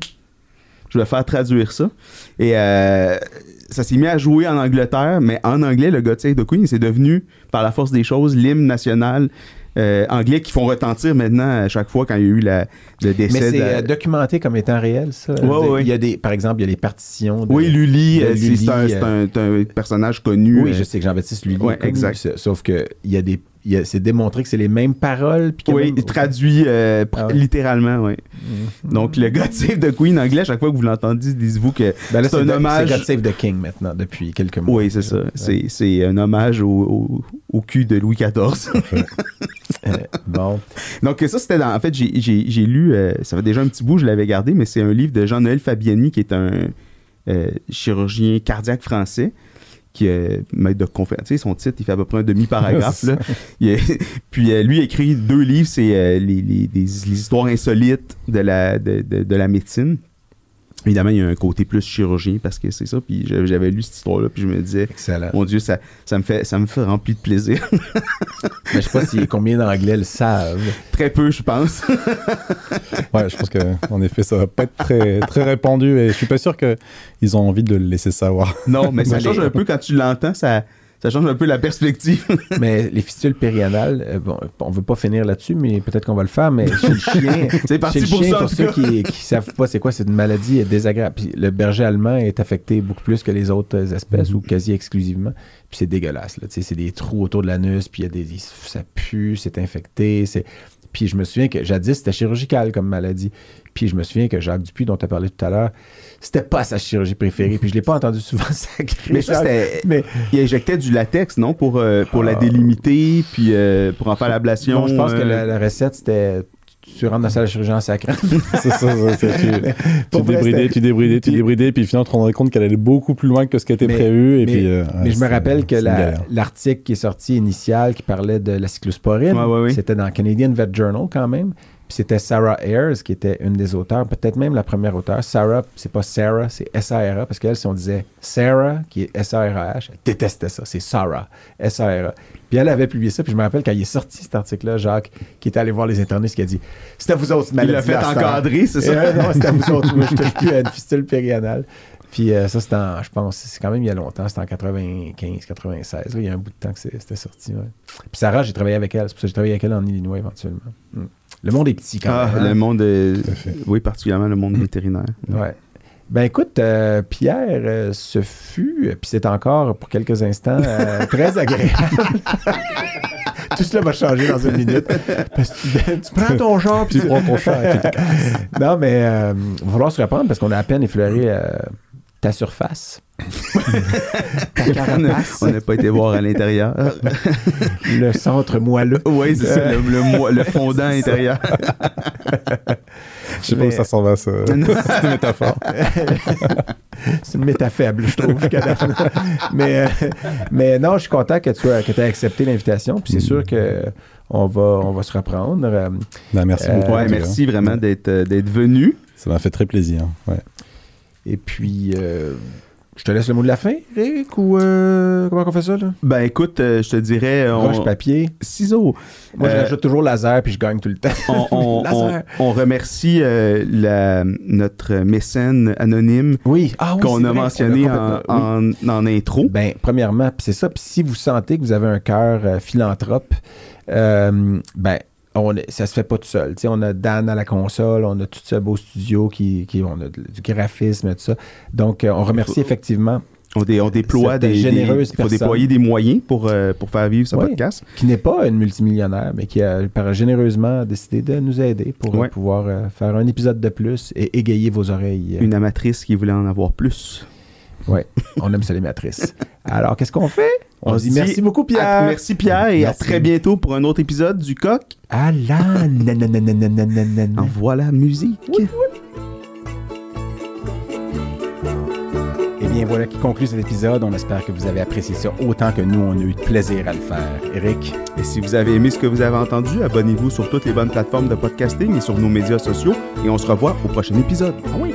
je vais faire traduire ça. Et euh, ça s'est mis à jouer en Angleterre, mais en anglais, le God Save the Queen, c'est devenu, par la force des choses, l'hymne national euh, anglais qui font retentir maintenant à chaque fois quand il y a eu la, le décès. Mais c'est de- euh, documenté comme étant réel, ça. Je veux Ouais, dire, ouais. Il y a des, par exemple, il y a les partitions. De, Oui, Lully, de euh, c'est, Lully, c'est un, c'est euh, un- c'est un personnage connu. Oui, euh, je sais que Jean-Baptiste Lully. Ouais, est connu, exact. ça- Sauf que il y a des, il y a- c'est démontré que c'est les mêmes paroles. Puis qu'il y a Oui, même- traduit euh, pr- Ah ouais. littéralement, oui. Mhm. Donc, le God Save the Queen anglais, à chaque fois que vous l'entendez, dites-vous que Ben là, c'est un de- hommage. C'est God Save the King maintenant, depuis quelques mois. Oui, c'est ça. Ouais. C'est, c'est un hommage au, au, au cul de Louis quatorze. Euh, bon. Donc ça, c'était dans... En fait, j'ai, j'ai, j'ai lu, euh, ça fait déjà un petit bout, je l'avais gardé, mais c'est un livre de Jean-Noël Fabiani, qui est un euh, chirurgien cardiaque français, qui est maître de conférence. Tu sais, son titre, il fait à peu près un demi-paragraphe. là. Il est- Puis euh, lui, il a écrit deux livres, c'est euh, les, les, des- les histoires insolites de la, de, de, de la médecine. évidemment, il y a un côté plus chirurgien parce que c'est ça. Puis j'avais lu cette histoire-là, puis je me disais, excellent. Mon Dieu, ça, ça, me fait, ça me fait remplir de plaisir. Mais je sais pas si combien d'Anglais le savent. Très peu, je pense. Ouais, je pense qu'en effet, ça va pas être très, très répandu et je suis pas sûr qu'ils ont envie de le laisser savoir. Non, mais ça change un peu quand tu l'entends, ça... Ça change un peu la perspective. Mais les fistules périanales, euh, bon, on veut pas finir là-dessus, mais peut-être qu'on va le faire, mais chez le chien, c'est parti chez le pour chien, ça, pour ceux qui ne savent pas c'est quoi, c'est une maladie désagréable. Puis le berger allemand est affecté beaucoup plus que les autres espèces, mm-hmm. ou quasi exclusivement. Puis c'est dégueulasse, là. C'est des trous autour de l'anus, puis il y a des, ça pue, c'est infecté, c'est... Puis je me souviens que jadis, c'était chirurgical comme maladie. Puis je me souviens que Jacques Dupuis, dont tu as parlé tout à l'heure, c'était pas sa chirurgie préférée. Puis je l'ai pas entendu souvent sacrer. Mais ça, c'était... Mais... Il injectait du latex, non? Pour, euh, pour la délimiter, puis euh, pour en faire l'ablation. Non, je pense euh... que la, la recette, c'était... Tu rentres dans la salle de chirurgie en sacrant. c'est ça, ça c'est, tu, tu débridais, tu débridais, tu débridais, puis finalement, tu te rendrais compte qu'elle allait beaucoup plus loin que ce qui était mais, prévu. Et mais puis, euh, mais je me rappelle que la, l'article qui est sorti initial, qui parlait de la cyclosporine, ouais, ouais, ouais. c'était dans Canadian Vet Journal quand même. Puis c'était Sarah Ayres qui était une des auteurs, peut-être même la première auteure. Sarah, c'est pas Sarah, c'est S A R A, parce qu'elle, si on disait Sarah, qui est S A R A H, elle détestait ça, c'est Sarah, S A R A. Puis elle avait publié ça, puis je me rappelle quand il est sorti cet article-là, Jacques, qui était allé voir les internistes, qui a dit « C'est à vous autres, maladie. » Il l'a fait encadrer, c'est ça? Euh, non, c'est à vous autres, moi, je touche plus à une fistule périanale. Puis euh, ça, c'était en, je pense, c'est quand même il y a longtemps, c'était en quatre-vingt-quinze quatre-vingt-seize, là, il y a un bout de temps que c'était sorti. Ouais. Puis Sarah, j'ai travaillé avec elle, c'est pour ça que j'ai travaillé avec elle en Illinois éventuellement. Mm. Le monde est petit quand ah, même. Le hein? monde, est... oui, particulièrement le monde vétérinaire. Ouais. Ben écoute, euh, Pierre, euh, ce fut, puis c'est encore pour quelques instants euh, très agréable. Tout cela va changer dans une minute. Parce que tu, tu prends ton genre, puis tu prends ton chat. Non, mais euh, il va falloir se reprendre parce qu'on a à peine effleuré euh, ta surface. Ta carapace. On n'a pas été voir à l'intérieur. Le centre moelleux. Oui, c'est ça, le, le, mo- le fondant intérieur. Je sais pas où ça s'en va, ça. C'est une métaphore. C'est une méta faible, je trouve. mais, euh, mais non, je suis content que tu aies que accepté l'invitation. Puis c'est sûr que on va, on va se reprendre. Ben, merci euh, beaucoup. Ouais, merci vraiment d'être, d'être venu. Ça m'a fait très plaisir. Ouais. Et puis... Euh, je te laisse le mot de la fin, Rick, ou euh, comment on fait ça, là? Ben écoute, euh, je te dirais... On... Roche, papier. Ciseaux. Moi, euh, je rajoute toujours laser, puis je gagne tout le temps. On, on, on, on remercie euh, la, notre mécène anonyme oui. Ah, oui, qu'on a vrai, mentionné en, oui. en, en intro. Ben, premièrement, puis c'est ça, puis si vous sentez que vous avez un cœur euh, philanthrope, euh, ben... On, ça se fait pas tout seul. T'sais, on a Dan à la console, on a tout ce beau studio, qui, qui, on a du graphisme, tout ça. Donc, euh, on remercie effectivement. On, dé, on déploie des, généreuses des, faut déployer des moyens pour, euh, pour faire vivre ce oui, podcast. Qui n'est pas une multimillionnaire, mais qui a par, généreusement décidé de nous aider pour ouais. euh, pouvoir euh, faire un épisode de plus et égayer vos oreilles. Une amatrice qui voulait en avoir plus. Oui, on aime ça les matrices. Alors, qu'est-ce qu'on fait? On, on se dit merci beaucoup, Pierre. À, merci, Pierre, et merci. À très bientôt pour un autre épisode du Coq. À la nananananananana. Envoie la musique. Oui, oui. Eh bien, voilà qui conclut cet épisode. On espère que vous avez apprécié ça autant que nous, on a eu de plaisir à le faire. Eric? Et si vous avez aimé ce que vous avez entendu, abonnez-vous sur toutes les bonnes plateformes de podcasting et sur nos médias sociaux. Et on se revoit au prochain épisode. Ah oui.